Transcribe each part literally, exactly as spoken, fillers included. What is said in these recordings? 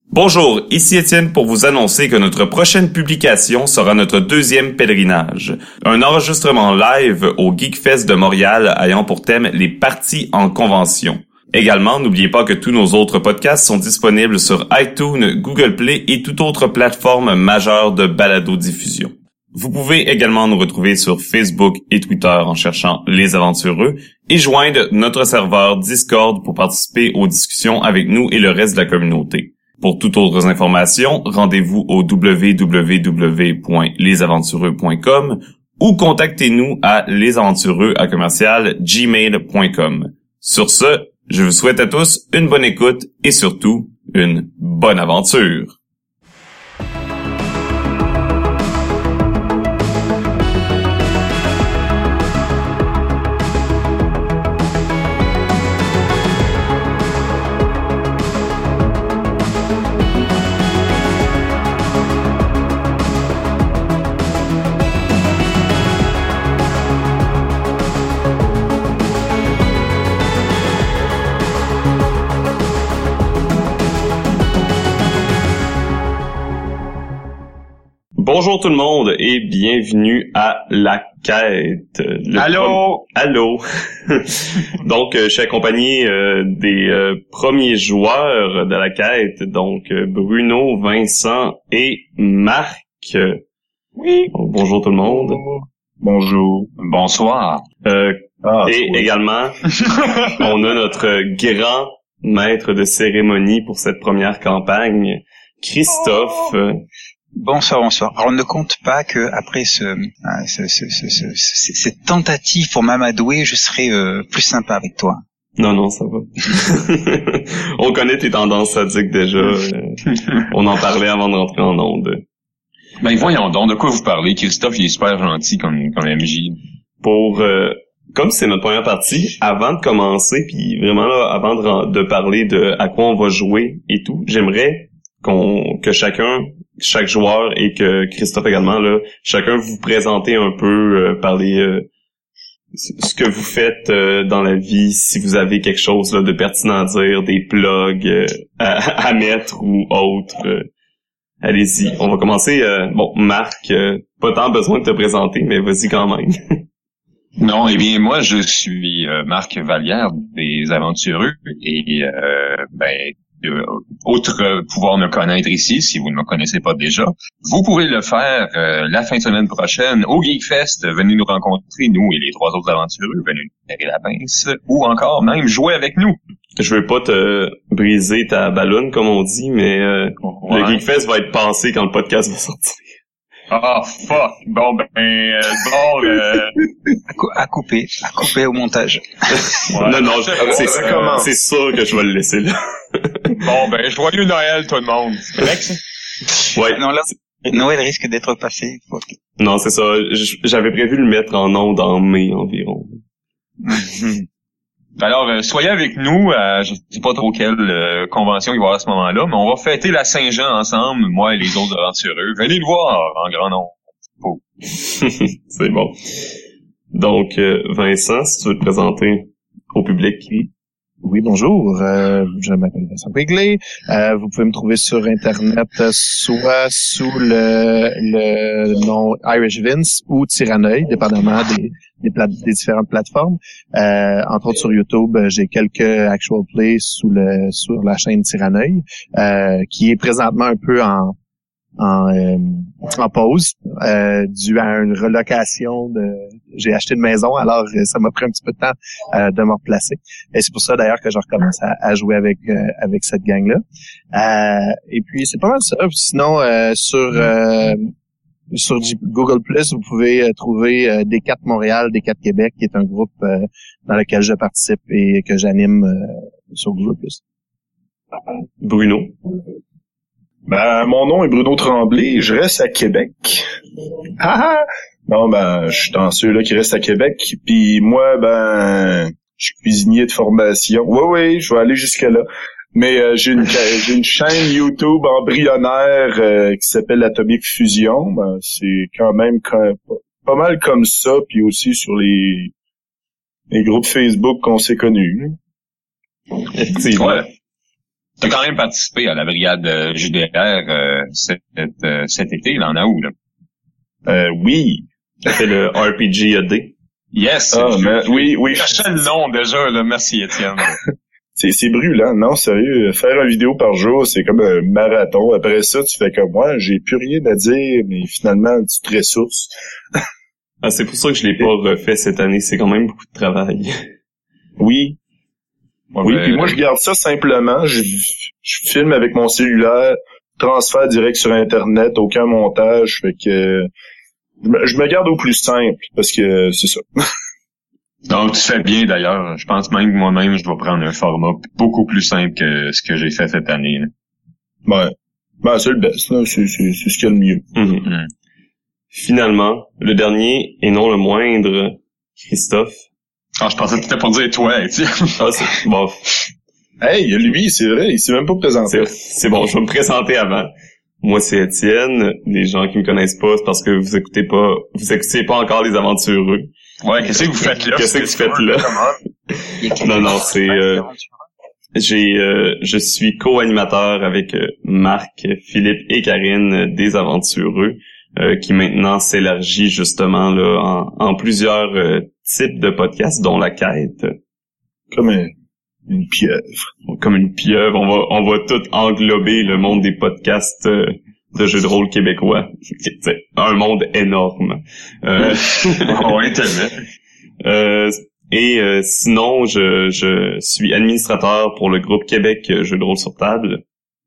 Bonjour, ici Étienne pour vous annoncer que notre prochaine publication sera notre deuxième pèlerinage. Un enregistrement live au Geekfest de Montréal ayant pour thème les parties en convention. Également, n'oubliez pas que tous nos autres podcasts sont disponibles sur iTunes, Google Play et toute autre plateforme majeure de balado-diffusion. Vous pouvez également nous retrouver sur Facebook et Twitter en cherchant Les Aventureux et joindre notre serveur Discord pour participer aux discussions avec nous et le reste de la communauté. Pour toutes autres informations, rendez-vous au w w w point les aventureux point com ou contactez-nous à lesaventureux à commercial gmail point com. Sur ce, je vous souhaite à tous une bonne écoute et surtout une bonne aventure. Bonjour tout le monde et bienvenue à La Quête. Le Allô? Pro... Allô? Donc, euh, je suis accompagné euh, des euh, premiers joueurs de La Quête, donc euh, Bruno, Vincent et Marc. Oui. Donc, bonjour tout le monde. Bonjour. Bonsoir. Euh, ah, et oui. également, on a notre grand maître de cérémonie pour cette première campagne, Christophe. Oh. Bonsoir, bonsoir. Alors, on ne compte pas que après ce, ce, ce, ce, ce, ce cette tentative pour m'amadouer, je serai euh, plus sympa avec toi. Non, non, ça va. On connaît tes tendances sadiques déjà. On en parlait avant de rentrer en onde. Ben voyons donc, de quoi vous parlez? Christophe, il est super gentil comme, comme M J. Pour, euh, comme c'est notre première partie, avant de commencer, puis vraiment là, avant de, de parler de à quoi on va jouer et tout, j'aimerais qu'on que chacun chaque joueur et que Christophe également là, chacun vous présentez un peu, euh, parler euh, ce que vous faites euh, dans la vie, si vous avez quelque chose là de pertinent à dire, des plugs euh, à, à mettre ou autre. Euh, allez-y, on va commencer. Euh, bon, Marc, euh, pas tant besoin de te présenter, mais vas-y quand même. Non, eh bien moi je suis euh, Marc Vallière des Aventureux et euh, ben Euh, outre euh, pouvoir me connaître ici, si vous ne me connaissez pas déjà, vous pourrez le faire euh, la fin de semaine prochaine au Geekfest. Venez nous rencontrer, nous et les trois autres aventureux, venez nous serrer la pince, ou encore même jouer avec nous. Je veux pas te briser ta balloune, comme on dit, mais euh, ouais. Le Geekfest va être passé quand le podcast va sortir. Ah, oh, fuck! Bon, ben, euh, bon, euh... À, cou- à couper, à couper au montage. Ouais. Non, non, je, c'est, c'est, euh, c'est sûr que je vais le laisser là. Bon, ben, joyeux Noël, tout le monde. C'est correct, ça? Ouais. Non, là, Noël risque d'être passé. Okay. Non, c'est ça. J'avais prévu le mettre en onde en mai environ. Alors, euh, soyez avec nous, euh, je sais pas trop quelle euh, convention il va y avoir à ce moment-là, mais on va fêter la Saint-Jean ensemble, moi et les autres aventureux. Venez le voir en grand nombre. Oh. C'est bon. Donc, euh, Vincent, si tu veux te présenter au public. Oui, bonjour. Euh, je m'appelle Vincent Quigley. Euh, vous pouvez me trouver sur Internet euh, soit sous le, le nom Irish Vince ou Tyranneuil, dépendamment des, des, plate- des différentes plateformes. Euh, entre autres sur YouTube, j'ai quelques actual plays sous le sur la chaîne Tyranneuil, euh, qui est présentement un peu en en, euh, en pause, euh, dû à une relocation de... J'ai acheté une maison, alors ça m'a pris un petit peu de temps euh, de me replacer. Et c'est pour ça d'ailleurs que je recommence à, à jouer avec euh, avec cette gang-là. Euh, et puis c'est pas mal ça. Sinon, euh, sur euh, sur Google plus, vous pouvez euh, trouver euh, D quatre Montréal, D quatre Québec, qui est un groupe euh, dans lequel je participe et que j'anime euh, sur Google plus. Bruno. Ben, mon nom est Bruno Tremblay, je reste à Québec. Ah ah! Non, ben, je suis dans ceux-là qui restent à Québec. Puis moi, ben, je suis cuisinier de formation. Oui, oui, je vais aller jusque-là. Mais euh, j'ai une j'ai une chaîne YouTube embryonnaire euh, qui s'appelle Atomic Fusion. Ben, c'est quand même quand, pas mal comme ça, puis aussi sur les les groupes Facebook qu'on s'est connus. Effectivement. Ouais. T'as quand même participé à la brigade euh, J D R euh, cet, euh, cet été, là, en août, là. Euh, oui. C'est le R P G A D. Yes. Ah, mais, oui, oui. Je cherchais le nom déjà, là. Merci, Étienne. C'est, c'est brûlant, non, sérieux. Faire une vidéo par jour, c'est comme un marathon. Après ça, tu fais comme moi, j'ai plus rien à dire, mais finalement, tu te ressources. Ah, c'est pour ça que je l'ai pas refait cette année. C'est quand même beaucoup de travail. Oui. Ouais, oui, ben, puis moi, je garde ça simplement. Je, je filme avec mon cellulaire, transfert direct sur Internet, aucun montage. Fait que je me, je me garde au plus simple, parce que c'est ça. Donc, tu fais bien, d'ailleurs. Je pense même que moi-même, je dois prendre un format beaucoup plus simple que ce que j'ai fait cette année, là. Ouais. Ben, c'est le best, là. C'est, c'est, c'est ce qu'il y a de mieux. Mm-hmm. Mm. Finalement, le dernier, et non le moindre, Christophe. Ah, je pensais que t'étais pour dire toi, Étienne. Ah, c'est bon. Hey, lui, c'est vrai, il s'est même pas présenté. C'est, c'est bon, je vais me présenter avant. Moi, c'est Étienne. Les gens qui me connaissent pas, c'est parce que vous écoutez pas, vous écoutez pas encore Les Aventureux. Ouais, qu'est-ce que vous faites là? Qu'est-ce que vous faites là? Non, non, c'est, euh, j'ai, euh, je suis co-animateur avec euh, Marc, Philippe et Karine euh, des Aventureux, euh, qui maintenant s'élargit justement là en, en plusieurs euh, types de podcasts, dont La Quête. Comme un, une pieuvre. Comme une pieuvre, on va, on va tout englober le monde des podcasts euh, de jeux de rôle québécois. C'est un monde énorme. Euh, ouais, tellement. euh, et euh, sinon, je, je suis administrateur pour le groupe Québec Jeux de rôle sur table.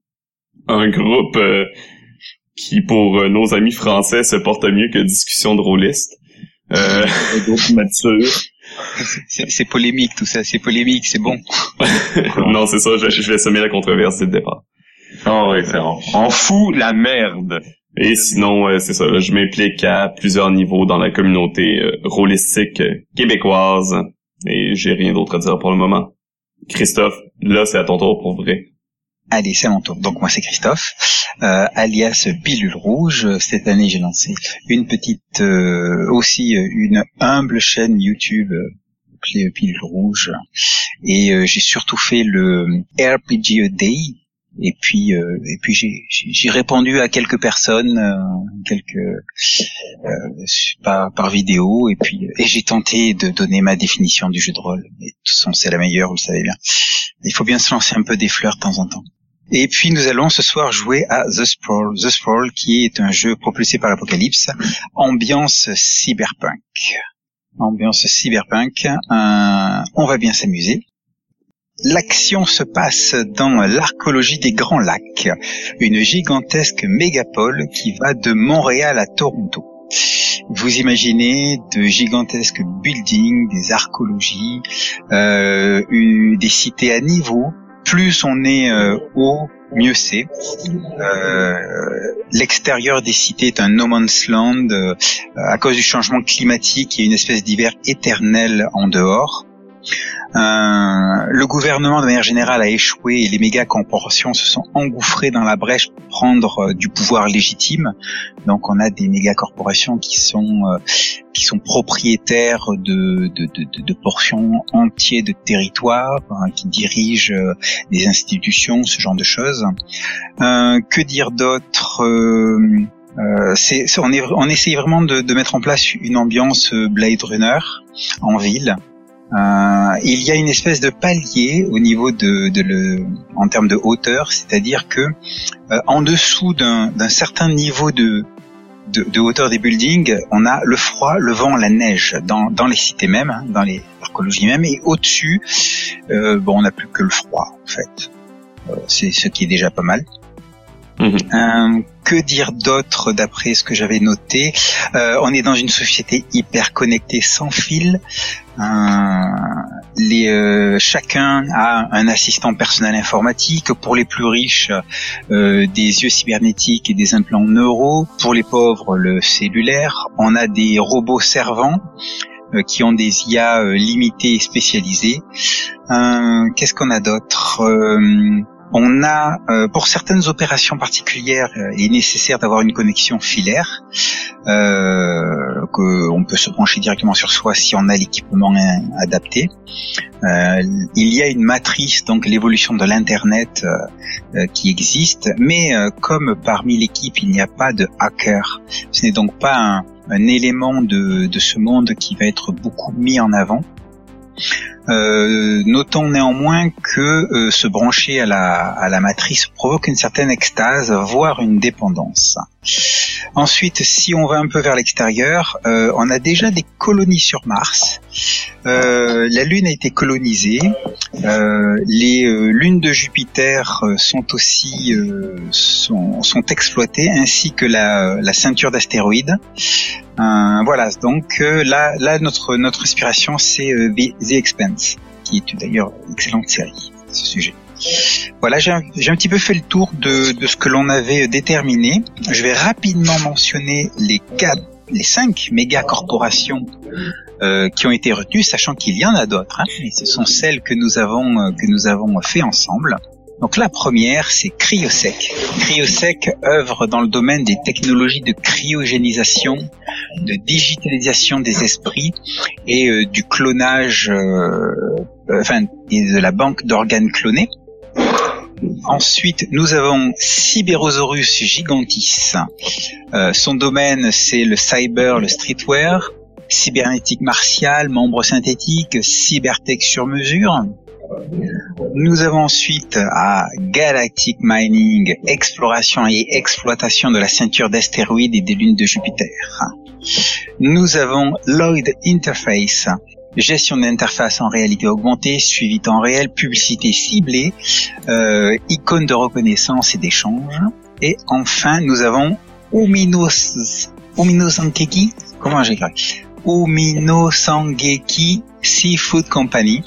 Un groupe euh, qui, pour euh, nos amis français, se porte mieux que Discussion de rôlistes. Euh... Un groupe mature. C'est, c'est polémique tout ça, c'est polémique, c'est bon. Non, c'est ça, je, je vais semer la controverse dès le départ. Oh oui, c'est on, on fout la merde. Et sinon, euh, c'est ça, là, je m'implique à plusieurs niveaux dans la communauté euh, rôlistique euh, québécoise. Et j'ai rien d'autre à dire pour le moment. Christophe, là, c'est à ton tour pour vrai. Allez, c'est à mon tour. Donc moi c'est Christophe, euh, alias Pilule Rouge. Cette année j'ai lancé une petite, euh, aussi une humble chaîne YouTube euh, appelée Pilule Rouge. Et euh, j'ai surtout fait le R P G A Day. Et puis, euh, et puis j'ai, j'ai répondu à quelques personnes, euh, quelques euh, par, par vidéo, et puis et j'ai tenté de donner ma définition du jeu de rôle. Et de toute façon, c'est la meilleure, vous le savez bien. Il faut bien se lancer un peu des fleurs de temps en temps. Et puis nous allons ce soir jouer à The Sprawl, The Sprawl qui est un jeu propulsé par l'Apocalypse, ambiance cyberpunk. Ambiance cyberpunk, euh, on va bien s'amuser. L'action se passe dans l'archéologie des Grands Lacs, une gigantesque mégapole qui va de Montréal à Toronto. Vous imaginez de gigantesques buildings, des archéologies, euh, des cités à niveau. Plus on est euh, haut, mieux c'est. Euh, l'extérieur des cités est un no man's land. Euh, à cause du changement climatique, il y a une espèce d'hiver éternel en dehors. Euh, le gouvernement de manière générale a échoué et les méga corporations se sont engouffrées dans la brèche pour prendre euh, du pouvoir légitime. Donc on a des méga corporations qui sont euh, qui sont propriétaires de de, de, de portions entières de territoires, hein, qui dirigent euh, des institutions, ce genre de choses. Euh, que dire d'autre? euh, euh, c'est, c'est on est on essaye vraiment de, de mettre en place une ambiance Blade Runner en ville. Euh, il y a une espèce de palier au niveau de, de le, en termes de hauteur, c'est-à-dire que euh, en dessous d'un, d'un certain niveau de, de, de hauteur des buildings, on a le froid, le vent, la neige dans, dans les cités mêmes, hein, dans les archéologies mêmes, et au-dessus, euh, bon, on n'a plus que le froid en fait. Euh, c'est ce qui est déjà pas mal. Mmh. Euh, que dire d'autre d'après ce que j'avais noté? euh, On est dans une société hyper connectée sans fil. Euh, les, euh, chacun a un assistant personnel informatique. Pour les plus riches, euh, des yeux cybernétiques et des implants neuro. Pour les pauvres, le cellulaire. On a des robots servants euh, qui ont des I A euh, limitées et spécialisées. Euh, qu'est-ce qu'on a d'autre? euh, On a, euh, pour certaines opérations particulières, euh, il est nécessaire d'avoir une connexion filaire, euh, que on peut se brancher directement sur soi si on a l'équipement adapté. Euh, il y a une matrice, donc l'évolution de l'internet euh, euh, qui existe, mais euh, comme parmi l'équipe il n'y a pas de hacker, ce n'est donc pas un, un élément de, de ce monde qui va être beaucoup mis en avant. Euh, notons néanmoins que euh, se brancher à la, à la matrice provoque une certaine extase, voire une dépendance. Ensuite, si on va un peu vers l'extérieur, euh, on a déjà des colonies sur Mars. Euh, la Lune a été colonisée. Euh, les euh, lunes de Jupiter sont aussi euh, sont, sont exploitées, ainsi que la, la ceinture d'astéroïdes. Euh, voilà, donc euh, là, là notre notre inspiration c'est euh, The, The Expanse, qui est d'ailleurs une excellente série à ce sujet. Voilà, j'ai un, j'ai un petit peu fait le tour de, de ce que l'on avait déterminé. Je vais rapidement mentionner les quatre, les cinq méga corporations euh, qui ont été retenues, sachant qu'il y en a d'autres, hein, mais ce sont celles que nous avons que nous avons fait ensemble. Donc la première, c'est Cryosec. Cryosec œuvre dans le domaine des technologies de cryogénisation, de digitalisation des esprits et euh, du clonage, euh, euh, enfin, et de la banque d'organes clonés. Ensuite, nous avons Cyberosaurus gigantis. Euh, son domaine, c'est le cyber, le streetwear, cybernétique martiale, membres synthétiques, cybertech sur mesure. Nous avons ensuite à Galactic Mining, exploration et exploitation de la ceinture d'astéroïdes et des lunes de Jupiter. Nous avons Lloyd Interface, gestion d'interface en réalité augmentée, suivi temps réel, publicité ciblée, euh, icône de reconnaissance et d'échange. Et enfin, nous avons Uminos, Uminosangeki, comment j'écris Uminosangeki Seafood Company.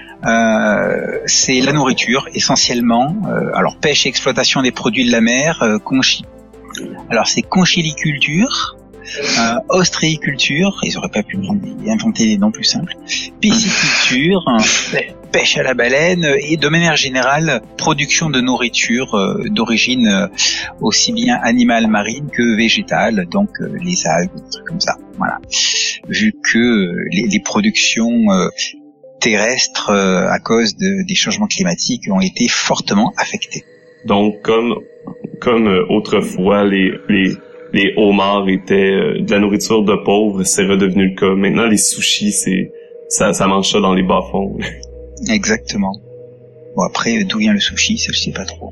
Euh, c'est la nourriture essentiellement. Euh, alors pêche et exploitation des produits de la mer. Euh, conchi... Alors c'est conchiliculture, euh, ostréiculture. Ils auraient pas pu inventer des noms plus simples. Pisciculture, pêche à la baleine et de manière générale production de nourriture euh, d'origine euh, aussi bien animale marine que végétale. Donc euh, les algues, des trucs comme ça. Voilà. Vu que euh, les, les productions euh, terrestres euh, à cause de, des changements climatiques ont été fortement affectés. Donc comme comme euh, autrefois les les les homards étaient euh, de la nourriture de pauvres, c'est redevenu le cas. Maintenant les sushis c'est ça ça mange ça dans les bas-fonds. Exactement. Bon après d'où vient le sushi, ça je sais pas trop.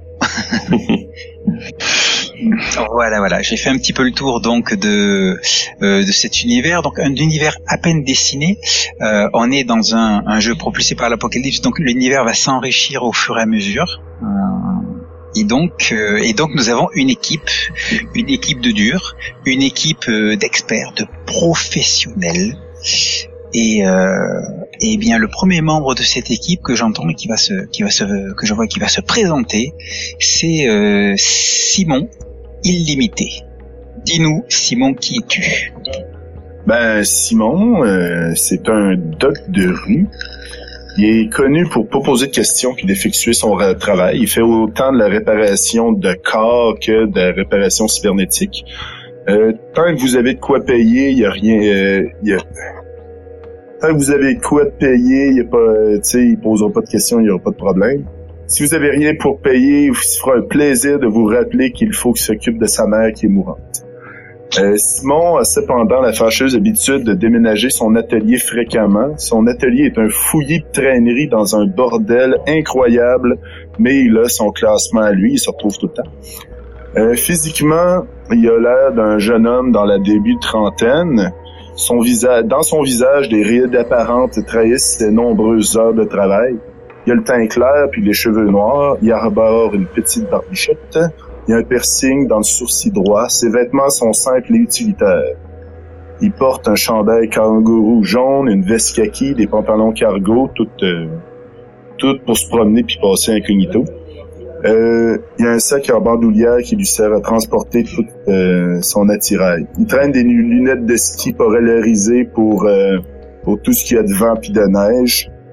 Voilà, voilà. J'ai fait un petit peu le tour donc de euh, de cet univers, donc un univers à peine dessiné. Euh, on est dans un, un jeu propulsé par l'Apocalypse, donc l'univers va s'enrichir au fur et à mesure. Euh, et donc, euh, et donc nous avons une équipe, une équipe de durs, une équipe euh, d'experts, de professionnels. Et, euh, et bien le premier membre de cette équipe que j'entends et qui va se, qui va se, que je vois qui va se présenter, c'est euh, Simon Illimité. Dis-nous, Simon, qui es-tu? Ben Simon, euh, c'est un doc de rue. Il est connu pour pas poser de questions puis d'effectuer son travail. Il fait autant de la réparation de corps que de la réparation cybernétique. Euh, tant que vous avez de quoi payer, il y a rien. Euh, y a... Tant que vous avez de quoi payer, il y a pas, tu sais, il posera pas de questions, il y aura pas de problème. Si vous avez rien pour payer, il se fera un plaisir de vous rappeler qu'il faut qu'il s'occupe de sa mère qui est mourante. Euh, Simon a cependant la fâcheuse habitude de déménager son atelier fréquemment. Son atelier est un fouillis de traînerie dans un bordel incroyable, mais il a son classement à lui, il se retrouve tout le temps. Euh, physiquement, il a l'air d'un jeune homme dans la début de trentaine. Son visage, dans son visage, des rides apparentes trahissent ses nombreuses heures de travail. Il a le teint clair puis les cheveux noirs. Il arbore une petite barbichette. Il y a un piercing dans le sourcil droit. Ses vêtements sont simples et utilitaires. Il porte un chandail kangourou jaune, une veste kaki, des pantalons cargo, tout, euh, tout pour se promener puis passer incognito. Euh, il y a un sac en bandoulière qui lui sert à transporter tout euh, son attirail. Il traîne des lunettes de ski polarisées pour, euh, pour tout ce qu'il y a de vent puis de neige.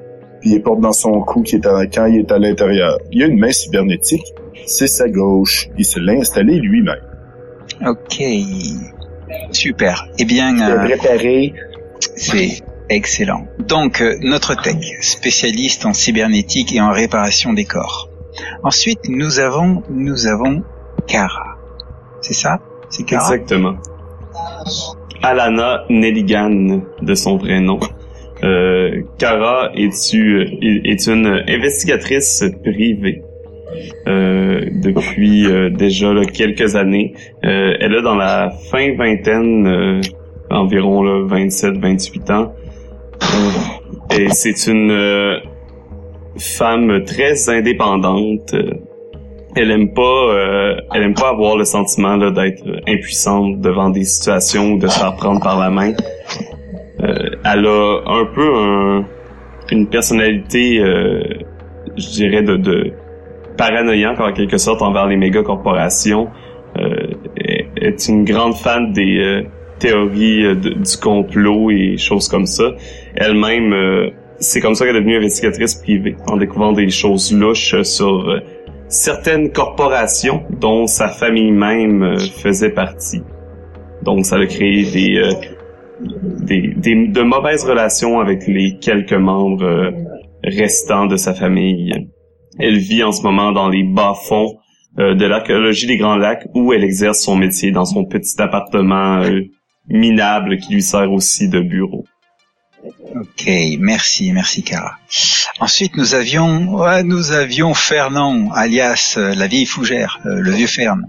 puis il porte dans son cou qui est à, quand il est à l'intérieur. Il a une main cybernétique, c'est sa gauche. Il se l'a installé lui-même. Ok, super. Eh bien, euh, réparé. C'est excellent. Donc, euh, notre tech, spécialiste en cybernétique et en réparation des corps. Ensuite, nous avons, nous avons Kara. C'est ça? C'est Kara? Exactement. Alana Nelligan, de son vrai nom. Euh, Kara est, est une investigatrice privée euh, depuis euh, déjà là, quelques années. Euh, elle a dans la fin vingtaine, euh, environ là, vingt-sept vingt-huit ans. Euh, et c'est une euh, femme très indépendante. Elle aime pas, euh, elle aime pas avoir le sentiment là d'être impuissante devant des situations ou de se faire prendre par la main. Euh, elle a un peu un, une personnalité, euh, je dirais, de, de paranoïaque en quelque sorte envers les méga corporations. Euh, elle est une grande fan des euh, théories de, du complot et choses comme ça. Elle-même, euh, c'est comme ça qu'elle est devenue investigatrice privée, en découvrant des choses louches sur euh, certaines corporations dont sa famille même euh, faisait partie. Donc, ça a créé des, euh, des, des de mauvaises relations avec les quelques membres euh, restants de sa famille. Elle vit en ce moment dans les bas-fonds euh, de l'archéologie des Grands Lacs, où elle exerce son métier dans son petit appartement euh, minable qui lui sert aussi de bureau. Ok, merci, merci Kara. Ensuite, nous avions, ouais, nous avions Fernand, alias euh, la vieille fougère, euh, le vieux Fern.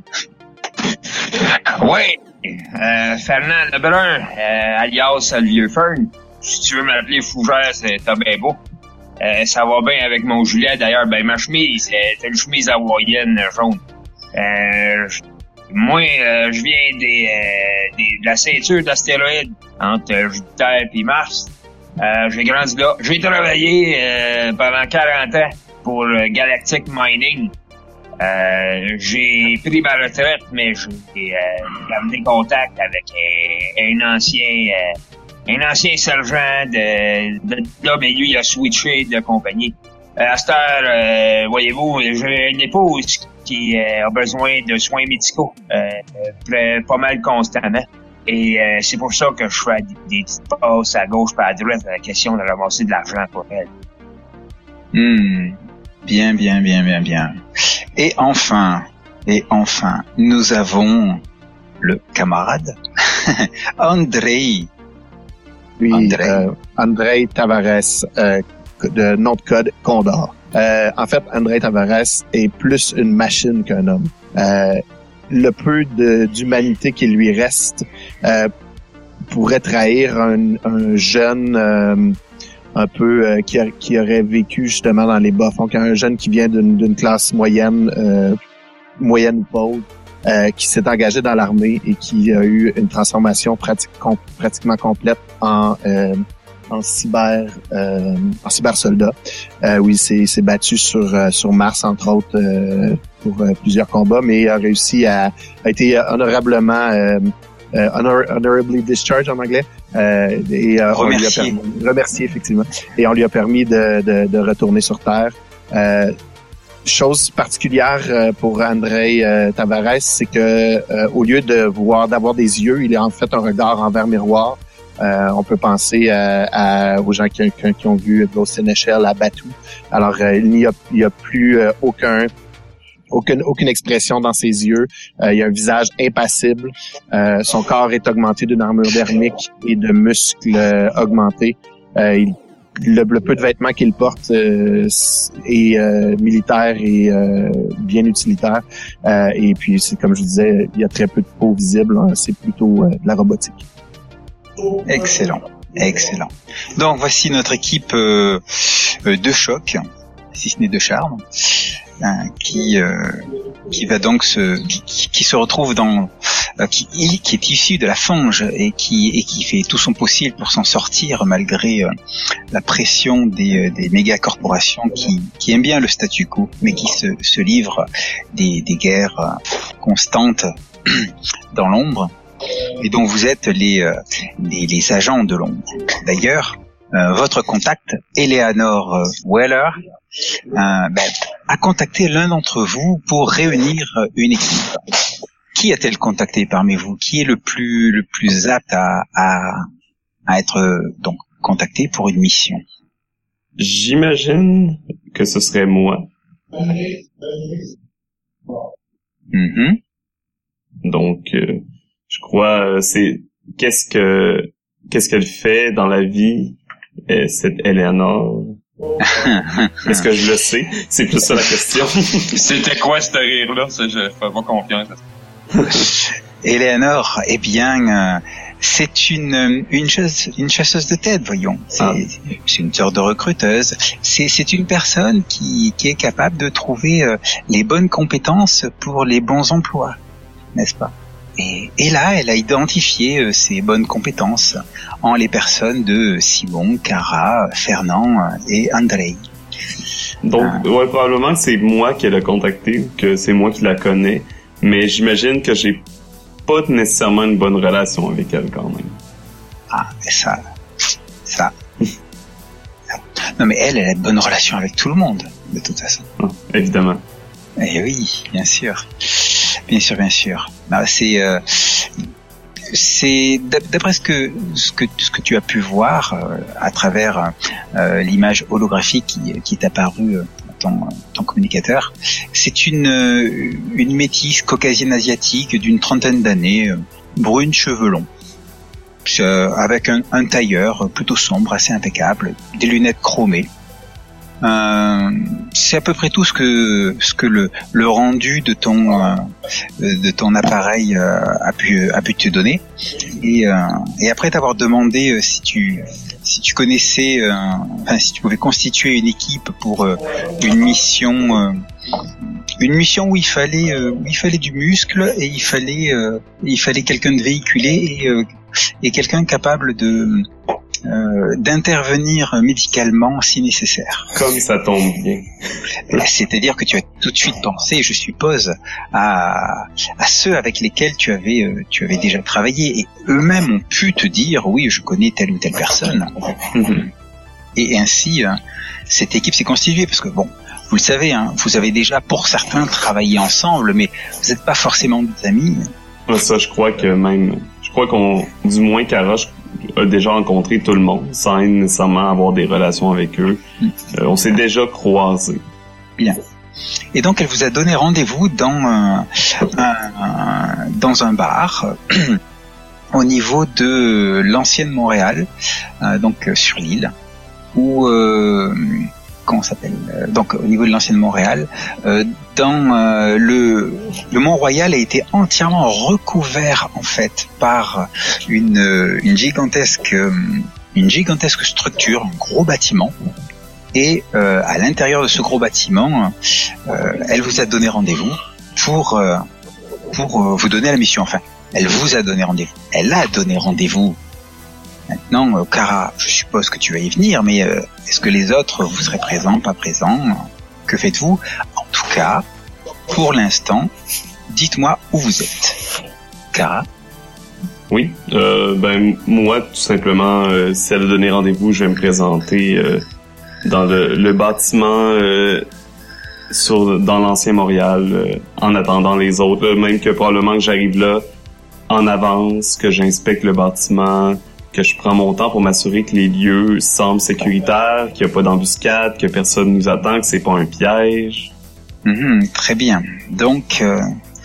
Oui, euh, Fernand Lebrun, euh, alias le vieux Fern. Si tu veux m'appeler fougère, c'est t'as bien beau. Euh, ça va bien avec mon gilet. D'ailleurs, ben ma chemise, c'est une chemise hawaïenne jaune. Euh, moi, euh, je viens des, euh, des de la ceinture d'astéroïdes entre Jupiter et Mars. Euh, j'ai grandi là. J'ai travaillé euh, pendant quarante ans pour euh, Galactic Mining. Euh, j'ai pris ma retraite, mais j'ai euh, gardé contact avec euh, un ancien euh, un ancien sergent de, de, de là, mais lui, il a switché de compagnie. Euh, à cette heure, euh, voyez-vous, j'ai une épouse qui euh, a besoin de soins médicaux euh, pas mal constamment. Et euh, c'est pour ça que je fais des, des petites passes à gauche pas à droite à la question de ramasser de l'argent pour elle. Hmm. Bien, bien, bien, bien, bien. Et enfin, et enfin, nous avons le camarade Andrei. Oui, Andrei. Euh, Andrei Tavares, euh, de nom de code Condor. Euh, en fait, Andrei Tavares est plus une machine qu'un homme. Euh, le peu de, d'humanité qui lui reste euh, pourrait trahir un, un jeune euh, un peu euh, qui, a, qui aurait vécu justement dans les bas-fonds, un jeune qui vient d'une, d'une classe moyenne, euh, moyenne ou pauvre, euh, qui s'est engagé dans l'armée et qui a eu une transformation pratique, com, pratiquement complète en euh, en cyber euh, en cyber soldat, euh, où il s'est, s'est battu sur euh, sur Mars entre autres euh, pour euh, plusieurs combats, mais a réussi à a été honorablement euh, euh, honor, honorably discharged en anglais euh, et euh, on lui a permis, remercié effectivement et on lui a permis de de, de retourner sur Terre. Euh, chose particulière pour Andrei euh, Tavares, c'est que euh, au lieu de voir d'avoir des yeux, il a en fait un regard envers miroir. Euh, on peut penser à, à, aux gens qui, qui, qui ont vu Ghost in the Shell, à Batuu. Alors, euh, il n'y a, il y a plus euh, aucun, aucune, aucune expression dans ses yeux. Euh, il y a un visage impassible. Euh, son corps est augmenté d'une armure dermique et de muscles euh, augmentés. Euh, il, le, le peu de vêtements qu'il porte euh, est euh, militaire et euh, bien utilitaire. Euh, et puis, c'est comme je disais, il y a très peu de peau visible. Hein, c'est plutôt euh, de la robotique. Excellent, excellent. Donc voici notre équipe euh, de choc, si ce n'est de charme, hein, qui euh, qui va donc se qui, qui se retrouve dans euh, qui qui est issu de la fange et qui et qui fait tout son possible pour s'en sortir malgré euh, la pression des des méga corporations qui qui aiment bien le statu quo mais qui se se livrent des des guerres euh, constantes dans l'ombre. Et dont vous êtes les, euh, les les agents de l'ombre. D'ailleurs, euh, votre contact, Eleanor Weller, euh, ben, a contacté l'un d'entre vous pour réunir une équipe. Qui a-t-elle contacté parmi vous? Qui est le plus le plus apte à à, à être euh, donc contacté pour une mission? J'imagine que ce serait moi. Mm-hmm. Donc, euh, je crois, euh, c'est qu'est-ce que qu'est-ce qu'elle fait dans la vie, euh, cette Eleanor? Est-ce que je le sais? C'est plus ça la question. C'était quoi ce rire-là? Ça, je fais pas confiance. Eleanor, eh bien, euh, c'est une une chasseuse, une chasseuse de tête, voyons. C'est, ah. c'est une sorte de recruteuse. C'est c'est une personne qui qui est capable de trouver euh, les bonnes compétences pour les bons emplois, n'est-ce pas? Et, et là, elle a identifié euh, ces bonnes compétences en les personnes de Simon, Cara, Fernand euh, et Andrei. Donc, euh, ouais, probablement que c'est moi qui l'ai contactée ou que c'est moi qui la connais, mais j'imagine que j'ai pas nécessairement une bonne relation avec elle quand même. Ah, mais ça, ça. Non, mais elle, elle a de bonnes relations avec tout le monde, de toute façon. Ah, évidemment. Eh oui, bien sûr. Bien sûr, bien sûr. Bah, c'est, euh, c'est d'après ce que ce que ce que tu as pu voir euh, à travers euh, l'image holographique qui, qui est apparue euh, ton, ton communicateur, c'est une une métisse caucasienne asiatique d'une trentaine d'années, euh, brune, cheveux longs, euh, avec un, un tailleur plutôt sombre, assez impeccable, des lunettes chromées. Euh, c'est à peu près tout ce que ce que le le rendu de ton euh, de ton appareil euh, a pu a pu te donner. Et euh, et après t'avoir demandé euh, si tu si tu connaissais euh, enfin si tu pouvais constituer une équipe pour euh, une mission euh, une mission où il fallait euh, où il fallait du muscle et il fallait euh, il fallait quelqu'un de véhiculé et euh, et quelqu'un capable de Euh, d'intervenir médicalement si nécessaire. Comme ça tombe bien. C'est-à-dire que tu as tout de suite pensé, je suppose, à, à ceux avec lesquels tu avais, euh, tu avais déjà travaillé, et eux-mêmes ont pu te dire, oui, je connais telle ou telle personne. Mm-hmm. Et ainsi, euh, cette équipe s'est constituée, parce que bon, vous le savez, hein, vous avez déjà, pour certains, travaillé ensemble, mais vous n'êtes pas forcément des amis. Ça, je crois que même, je crois qu'on, du moins, Cara, je a déjà rencontré tout le monde sans nécessairement avoir des relations avec eux. Mm. Euh, on s'est déjà croisés. Bien. Et donc elle vous a donné rendez-vous dans un, un dans un bar au niveau de l'ancienne Montréal, euh, donc euh, sur l'île, où euh, comment ça s'appelle euh, donc au niveau de l'ancienne Montréal, euh, dans euh, le le Mont-Royal a été entièrement recouvert en fait par une une gigantesque une gigantesque structure, un gros bâtiment. Et euh, à l'intérieur de ce gros bâtiment, euh, elle vous a donné rendez-vous pour euh, pour euh, vous donner la mission. Enfin, elle vous a donné rendez-vous. Elle a donné rendez-vous. Maintenant, euh, Cara, je suppose que tu vas y venir, mais euh, est-ce que les autres, vous serez présents, pas présents? Que faites-vous? En tout cas, pour l'instant, dites-moi où vous êtes. Cara? Oui, euh, ben moi, tout simplement, euh, si elle a donné rendez-vous, je vais me présenter euh, dans le, le bâtiment euh, sur dans l'ancien Montréal, euh, en attendant les autres, là, même que probablement que j'arrive là en avance, que j'inspecte le bâtiment, que je prends mon temps pour m'assurer que les lieux semblent sécuritaires, qu'il n'y a pas d'embuscade, que personne nous attend, que c'est pas un piège. Mmh, très bien. Donc, euh,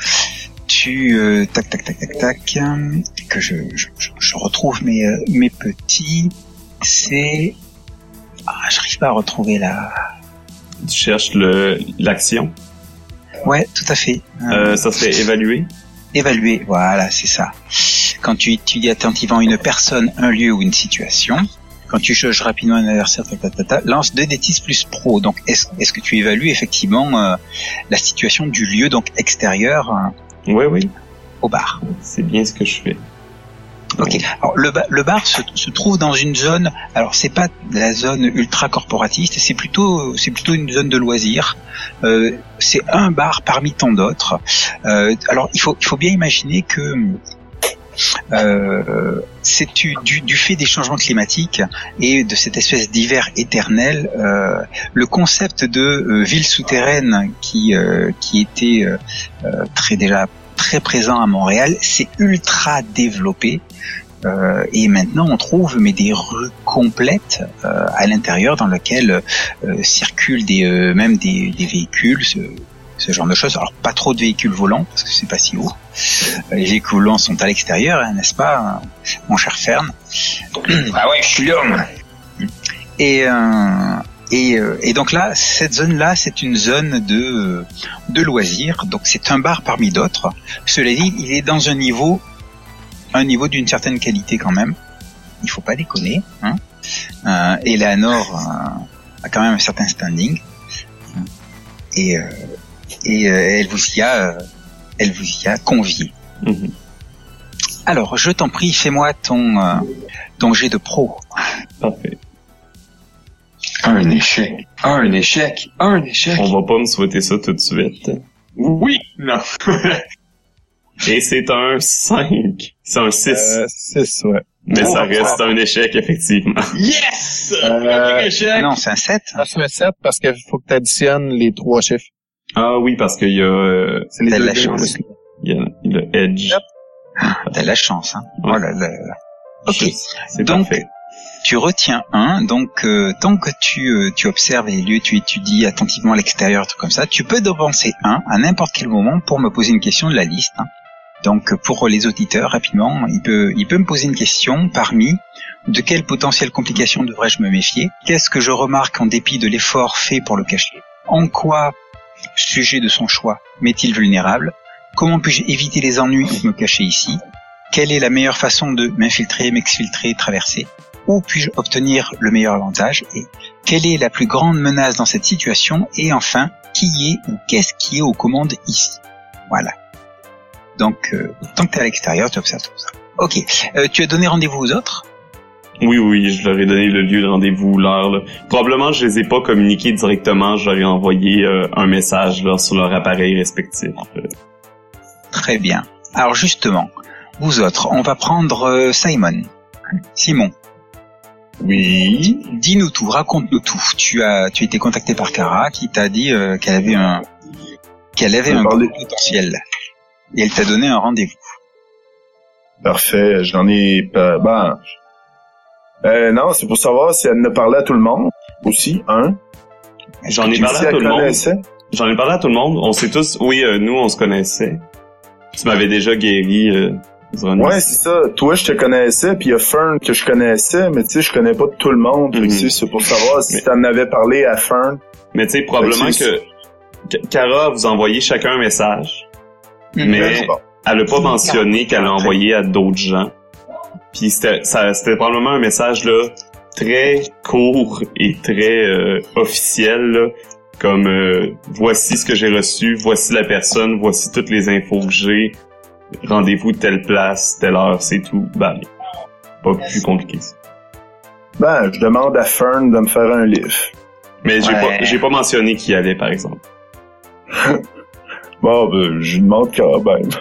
tu... Euh, tac, tac, tac, tac, tac... Euh, que je, je, je retrouve mes, euh, mes petits... C'est... Ah, j'arrive pas à retrouver la... Tu cherches le l'action? Ouais, tout à fait. Euh, euh, ça serait évaluer? Évaluer, voilà, c'est ça. Quand tu étudies attentivement une personne, un lieu ou une situation, quand tu jauges rapidement un adversaire, ta, ta, ta, ta, lance deux d dix plus pro. Donc, est-ce, est-ce que tu évalues effectivement euh, la situation du lieu, donc extérieur, euh, oui, oui, au bar? C'est bien ce que je fais. Ok. Alors le, ba- le bar se, se trouve dans une zone. Alors c'est pas la zone ultra corporatiste, c'est plutôt c'est plutôt une zone de loisirs. Euh, c'est un bar parmi tant d'autres. Euh, alors il faut il faut bien imaginer que euh, c'est du, du, du fait des changements climatiques et de cette espèce d'hiver éternel, euh, le concept de euh, ville souterraine qui euh, qui était euh, euh, très déjà très présent à Montréal, s'est ultra développé. Euh, et maintenant, on trouve mais des rues complètes euh, à l'intérieur dans lesquelles euh, circulent des euh, même des, des véhicules, ce, ce genre de choses. Alors pas trop de véhicules volants parce que c'est pas si haut. Euh, les véhicules volants sont à l'extérieur, hein, n'est-ce pas, mon cher Fern? Ah ouais, je suis là, moi. Et euh, et, euh, et donc là, cette zone-là, c'est une zone de de loisirs. Donc c'est un bar parmi d'autres. Cela dit, il est dans un niveau un niveau d'une certaine qualité quand même. Il faut pas déconner. Hein. Euh, Eleanor euh, a quand même un certain standing. Et euh, et euh, elle vous y a euh, elle vous y a convié. Mm-hmm. Alors, je t'en prie, fais-moi ton euh, ton jet de pro. Parfait. Un échec. Un échec. Un échec. On va pas me souhaiter ça tout de suite. Oui. Non. Et c'est un cinq. C'est un six. Euh, six, ouais. Mais Oh, ça reste wow. un échec, effectivement. Yes! Euh, Un échec. Non, c'est un sept. Ah, c'est un sept parce qu'il faut que tu additionnes les trois chiffres. Ah oui, parce qu'il y a, euh, C'est les T'as de deux la deux chance. plus. il y a le edge. T'as de la chance, hein. Ouais. Oh là là. Ok. C'est Donc, parfait. tu retiens un, donc euh, tant que tu euh, tu observes les lieux, tu étudies attentivement l'extérieur, tout comme ça, tu peux devancer un à n'importe quel moment pour me poser une question de la liste. Hein. Donc pour les auditeurs, rapidement, il peut il peut me poser une question parmi de quelles potentielles complications devrais-je me méfier? Qu'est-ce que je remarque en dépit de l'effort fait pour le cacher? En quoi, sujet de son choix, m'est-il vulnérable? Comment puis-je éviter les ennuis et me cacher ici? Quelle est la meilleure façon de m'infiltrer, m'exfiltrer, traverser? Où puis-je obtenir le meilleur avantage? Et quelle est la plus grande menace dans cette situation? Et enfin, qui est ou qu'est-ce qui est aux commandes ici? Voilà. Donc, euh, tant que tu es à l'extérieur, tu observes tout ça. Ok. Euh, tu as donné rendez-vous aux autres? Oui, oui, je leur ai donné le lieu de rendez-vous, l'heure. Là. Probablement, je les ai pas communiqués directement. Je leur ai envoyé euh, un message là, sur leur appareil respectif. Euh. Très bien. Alors justement, vous autres, on va prendre euh, Simon. Simon, Oui. dis-nous tout, raconte-nous tout. Tu as, tu as été contacté par Kara qui t'a dit euh, qu'elle avait un, qu'elle avait On un parlait- bon potentiel. Et elle t'a donné un rendez-vous. Parfait. J'en ai pas. Ben. Euh, non, c'est pour savoir si elle ne parlait à tout le monde aussi, hein. J'en ai Puis parlé si à elle tout le monde. connaissait. J'en ai parlé à tout le monde. On sait tous, oui, euh, nous, on se connaissait. Tu m'avais déjà guéri euh, durant une- Ouais, c'est ça. Toi, je te connaissais, puis il y a Fern que je connaissais, mais tu sais, je connais pas tout le monde. Fait que, Mhm. tu sais, c'est pour savoir si Mais- t'en avais parlé à Fern. Mais tu sais, probablement Fait que c'est- que Ka- Kara vous a envoyé chacun un message, mais Ben, bon. elle a pas mentionné qu'elle a envoyé à d'autres gens. Puis c'était ça c'était probablement un message là très court et très euh, officiel là, comme euh, voici ce que j'ai reçu, voici la personne, voici toutes les infos que j'ai. Rendez-vous telle place, telle heure, c'est tout. Ben, pas plus compliqué que ça. Ben, je demande à Fern de me faire un livre. Mais j'ai Ouais. pas j'ai pas mentionné qui y allait par exemple. Bon, ben, je lui demande quand même.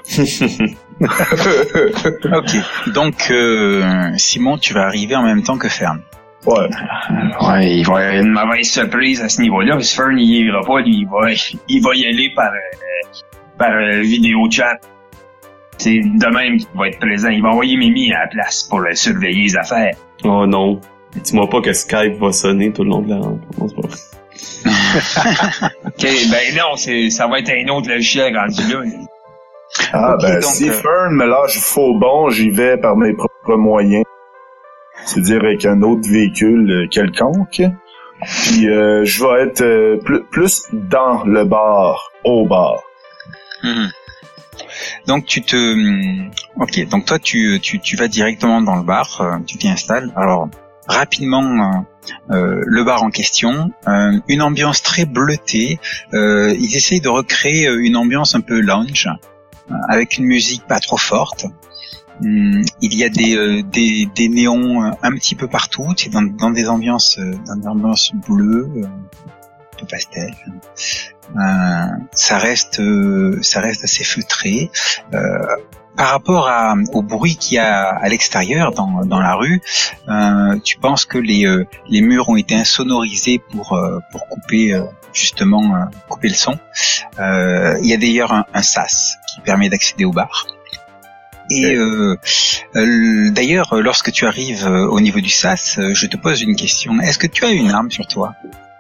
Ok. Donc, euh, Simon, tu vas arriver en même temps que Fern. Ouais. Ouais, il va y avoir une mauvaise surprise à ce niveau-là. Parce que Fern, il ira pas, lui, il va, il va y aller par, euh, par euh, vidéo chat. C'est de même qu'il va être présent. Il va envoyer Mimi à la place pour euh, surveiller les affaires. Oh non. Dis-moi pas que Skype va sonner tout le long de la rencontre. Non, c'est pas vrai. Ok, ben non, c'est, ça va être un autre logiciel rendu là. Ah, Ok, ben, donc, si euh, Fern me lâche faux bon, j'y vais par mes propres moyens. C'est-à-dire avec un autre véhicule euh, quelconque. Puis, euh, je vais être euh, plus, plus dans le bar, au bar. Mhm. Donc tu te, hum, ok. Donc toi tu tu tu vas directement dans le bar, euh, tu t'y installes. Alors rapidement euh, euh, le bar en question, euh, une ambiance très bleutée. Euh, ils essayent de recréer euh, une ambiance un peu lounge euh, avec une musique pas trop forte. Hum, il y a des euh, des des néons euh, un petit peu partout, c'est dans dans des ambiances euh, dans des ambiances bleues, euh, un peu pastel. Euh, ça reste, euh, ça reste assez feutré. Euh, par rapport à, au bruit qu'il y a à l'extérieur, dans, dans la rue, euh, tu penses que les, euh, les murs ont été insonorisés pour, euh, pour couper, euh, justement, euh, couper le son. Euh, il y a d'ailleurs un, un sas qui permet d'accéder au bar. Et euh, euh, d'ailleurs, lorsque tu arrives euh, au niveau du sas, euh, je te pose une question. Est-ce que tu as une arme sur toi?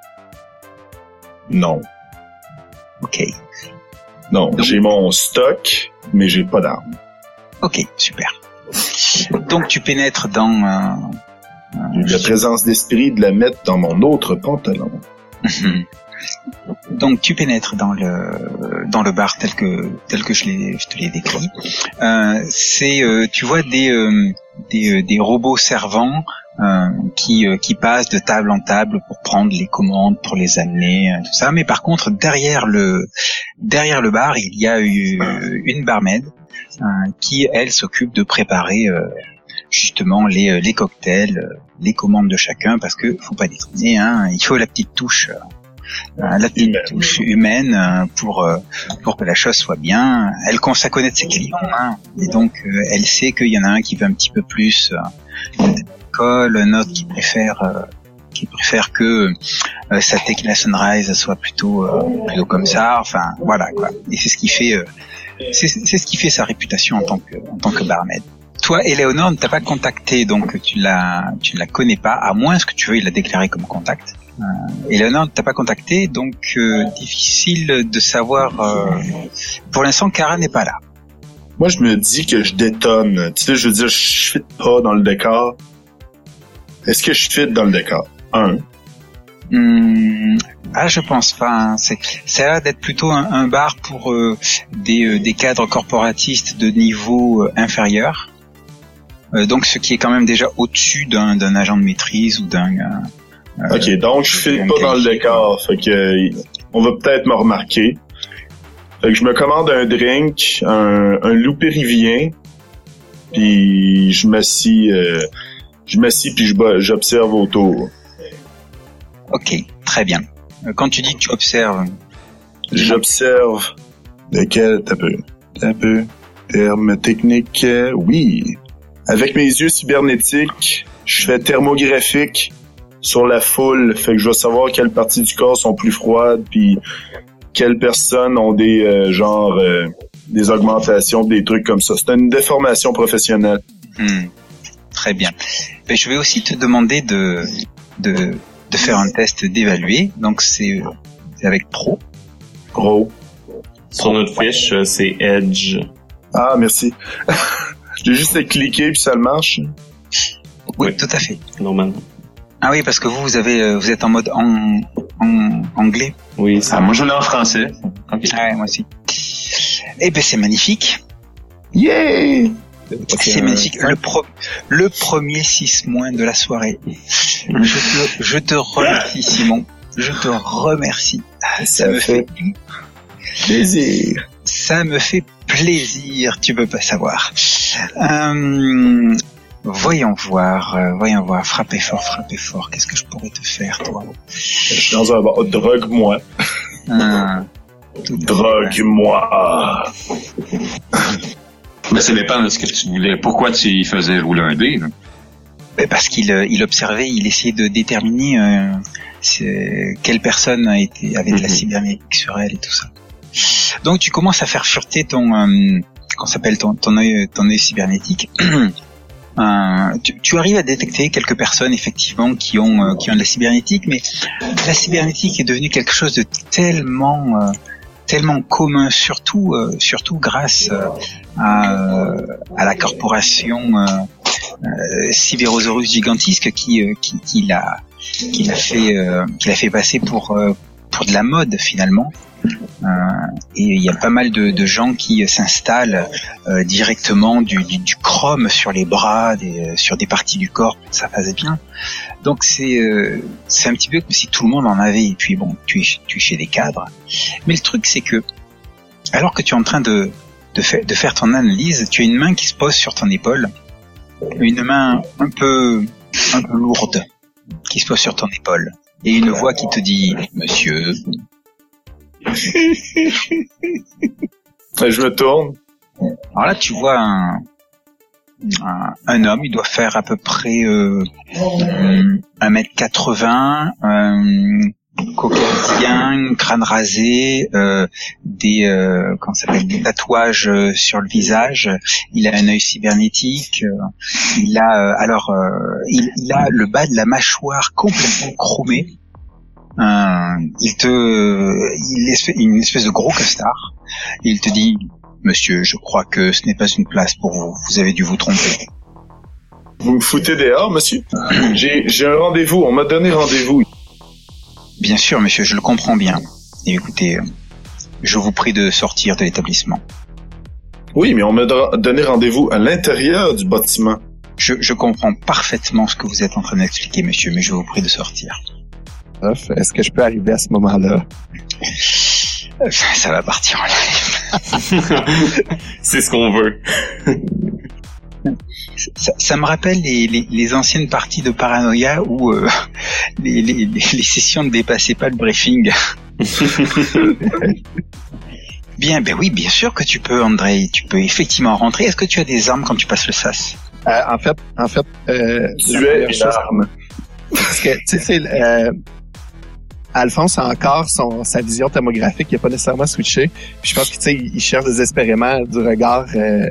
Non. Ok. Non, Donc, j'ai mon stock, mais j'ai pas d'arme. ok, super. Donc tu pénètres dans... Euh, J'ai eu la présence d'esprit de la mettre dans mon autre pantalon. Donc tu pénètres dans le dans le bar tel que tel que je l'ai je te l'ai décrit. Euh, c'est euh, tu vois des euh, des des robots servants euh, qui euh, qui passent de table en table pour prendre les commandes, pour les amener, euh, tout ça. Mais par contre derrière le derrière le bar il y a eu une barmaid euh, qui elle s'occupe de préparer euh, justement les les cocktails, les commandes de chacun, parce que faut pas détourner, hein, il faut la petite touche. Euh, la petite humaine. touche humaine euh, pour euh, pour que la chose soit bien. Elle commence à connaître ses clients, hein, et donc euh, elle sait qu'il y en a un qui veut un petit peu plus euh, d'alcool, un autre qui préfère euh, qui préfère que euh, sa tequila sunrise soit plutôt euh, plutôt comme ça. Enfin voilà quoi. Et c'est ce qui fait euh, c'est c'est ce qui fait sa réputation en tant que en tant que barmaid. Toi, Éléonore, ne t'a pas contacté, donc tu la tu ne la connais pas, à moins que tu veuilles la déclarer comme contact. Euh, Éléonore ne t'a pas contacté, donc euh, difficile de savoir. Euh, pour l'instant, Kara n'est pas là. Moi, je me dis que je détonne. Tu sais, je veux dire, je fit pas dans le décor. Est-ce que je fit dans le décor? Un. Hum, ah, je pense pas. Hein. C'est, ça a l'air d'être plutôt un, un bar pour euh, des, euh, des cadres corporatistes de niveau euh, inférieur. Euh, donc, ce qui est quand même déjà au-dessus d'un, d'un agent de maîtrise ou d'un. Euh, Ok, donc je fit pas dans le décor. Fait que on va peut-être me remarquer. Fait que je me commande un drink, un, un loup périvien, puis je m'assis, euh, je m'assis puis je, j'observe autour. Ok, très bien. Quand tu dis que tu observes... J'observe... De quel... T'as peu... T'as peu... Terme technique... euh, oui. Avec mes yeux cybernétiques, je fais thermographique sur la foule. Fait que je vais savoir quelles parties du corps sont plus froides, puis quelles personnes ont des euh, genre... Euh, des augmentations, des trucs comme ça. C'est une déformation professionnelle. Hmm. Très bien. Mais je vais aussi te demander de... de de faire un test d'évaluer, donc c'est, c'est avec Pro. Pro. Sur notre fiche, c'est Edge. Ah, merci. J'ai juste à cliquer puis ça le marche. Oui, oui, tout à fait. Normalement. Ah oui, parce que vous, vous avez, vous êtes en mode en, en anglais. Oui, ça. Ah, moi je l'ai en français. Okay. Ah ouais, moi aussi. Eh ben c'est magnifique. Yeah! C'est magnifique. Le, pro, le premier six moins de la soirée. Je te, je te remercie, Simon. Je te remercie. Ça, ça me fait plaisir. Ça me fait plaisir. Tu peux pas savoir. Euh, voyons voir. Euh, voyons voir. Frappez fort, frappez fort. Qu'est-ce que je pourrais te faire, toi? Je suis dans un bar. Drogue-moi. Euh, Drogue-moi. Mais ça dépend de ce que tu voulais. Pourquoi tu y faisais rouler un dé, là? Parce qu'il il observait, il essayait de déterminer euh, quelle personne a été, avait de la cybernétique sur elle et tout ça. Donc tu commences à faire fureter ton, euh, qu'on s'appelle ton, ton œil, ton œil cybernétique. euh, tu, tu arrives à détecter quelques personnes effectivement qui ont, euh, qui ont de la cybernétique, mais la cybernétique est devenue quelque chose de tellement euh, tellement commun, surtout euh, surtout grâce euh, à, à la corporation euh, euh, Cyberosaurus Gigantisque qui euh, qui, qui l'a qui l'a fait euh, qui l'a fait passer pour euh, pour de la mode finalement. Euh, et il y a pas mal de, de gens qui s'installent euh, directement du, du, du chrome sur les bras, des, sur des parties du corps, ça faisait bien. Donc c'est euh, c'est un petit peu comme si tout le monde en avait. Et puis bon, tu es tu es chez des cadres. Mais le truc c'est que alors que tu es en train de de, fa- de faire ton analyse, tu as une main qui se pose sur ton épaule, une main un peu un peu lourde qui se pose sur ton épaule, et une voix qui te dit monsieur. Je me tourne. Alors là, tu vois un, un, un homme, il doit faire à peu près euh, un mètre quatre-vingts, euh, caucasien, crâne rasé, euh, des euh, comment ça s'appelle, des tatouages euh, sur le visage. Il a un œil cybernétique. Euh, il a euh, alors euh, il, il a le bas de la mâchoire complètement chromé. Euh, il te, il est une espèce de gros costard. Et il te dit: Monsieur, je crois que ce n'est pas une place pour vous. Vous avez dû vous tromper. Vous me foutez dehors, monsieur? J'ai, j'ai un rendez-vous. On m'a donné rendez-vous. Bien sûr, monsieur, je le comprends bien. Et écoutez, je vous prie de sortir de l'établissement. Oui, mais on m'a donné rendez-vous à l'intérieur du bâtiment. Je, je comprends parfaitement ce que vous êtes en train d'expliquer, monsieur, mais je vous prie de sortir. Est-ce que je peux arriver à ce moment-là? Ça va partir en live. C'est ce qu'on veut. Ça, ça me rappelle les, les, les anciennes parties de Paranoia où euh, les, les, les sessions ne dépassaient pas le briefing. Bien, ben oui, bien sûr que tu peux, André. Tu peux effectivement rentrer. Est-ce que tu as des armes quand tu passes le sas? Euh, en fait, en fait, euh, tu es une arme. Parce que, tu sais, c'est, euh, Alphonse a encore son, sa vision thermographique, il n'a pas nécessairement switché. Puis je pense que, tu sais, il cherche désespérément du regard euh,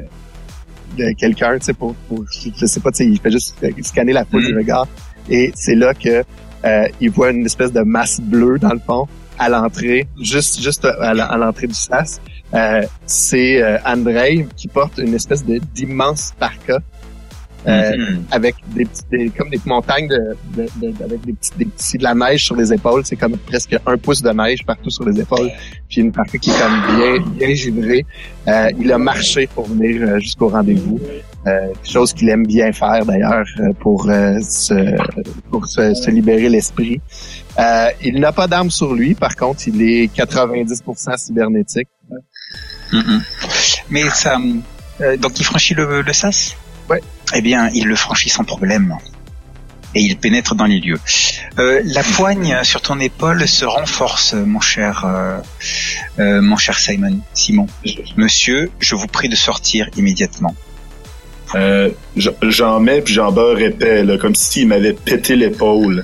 de quelqu'un, tu sais, pour, pour, je sais pas, tu sais, il fait juste scanner la foule mm-hmm. du regard. Et c'est là que euh, il voit une espèce de masse bleue, dans le fond, à l'entrée, juste juste à l'entrée du sas. Euh, c'est euh, Andrei qui porte une espèce de d'immense parka. Euh, mm-hmm. avec des, des comme des montagnes de, de, de avec des petits des petits de la neige sur les épaules, c'est comme presque un pouce de neige partout sur les épaules, puis une partie qui est comme bien bien givrée. Euh, il a marché pour venir euh, jusqu'au rendez-vous, euh, chose qu'il aime bien faire d'ailleurs euh, pour euh, se pour se, se libérer l'esprit. Euh, il n'a pas d'arme sur lui, par contre, il est quatre-vingt-dix pour cent cybernétique. Mm-hmm. Mais ça, euh, donc il franchit le, le sas? Ouais. Eh bien, il le franchit sans problème. Et il pénètre dans les lieux. Euh, la poigne sur ton épaule se renforce, mon cher, euh, euh, mon cher Simon. Simon. Monsieur, je vous prie de sortir immédiatement. Euh, j'en mets puis j'en beurre épais, là, comme s'il m'avait pété l'épaule.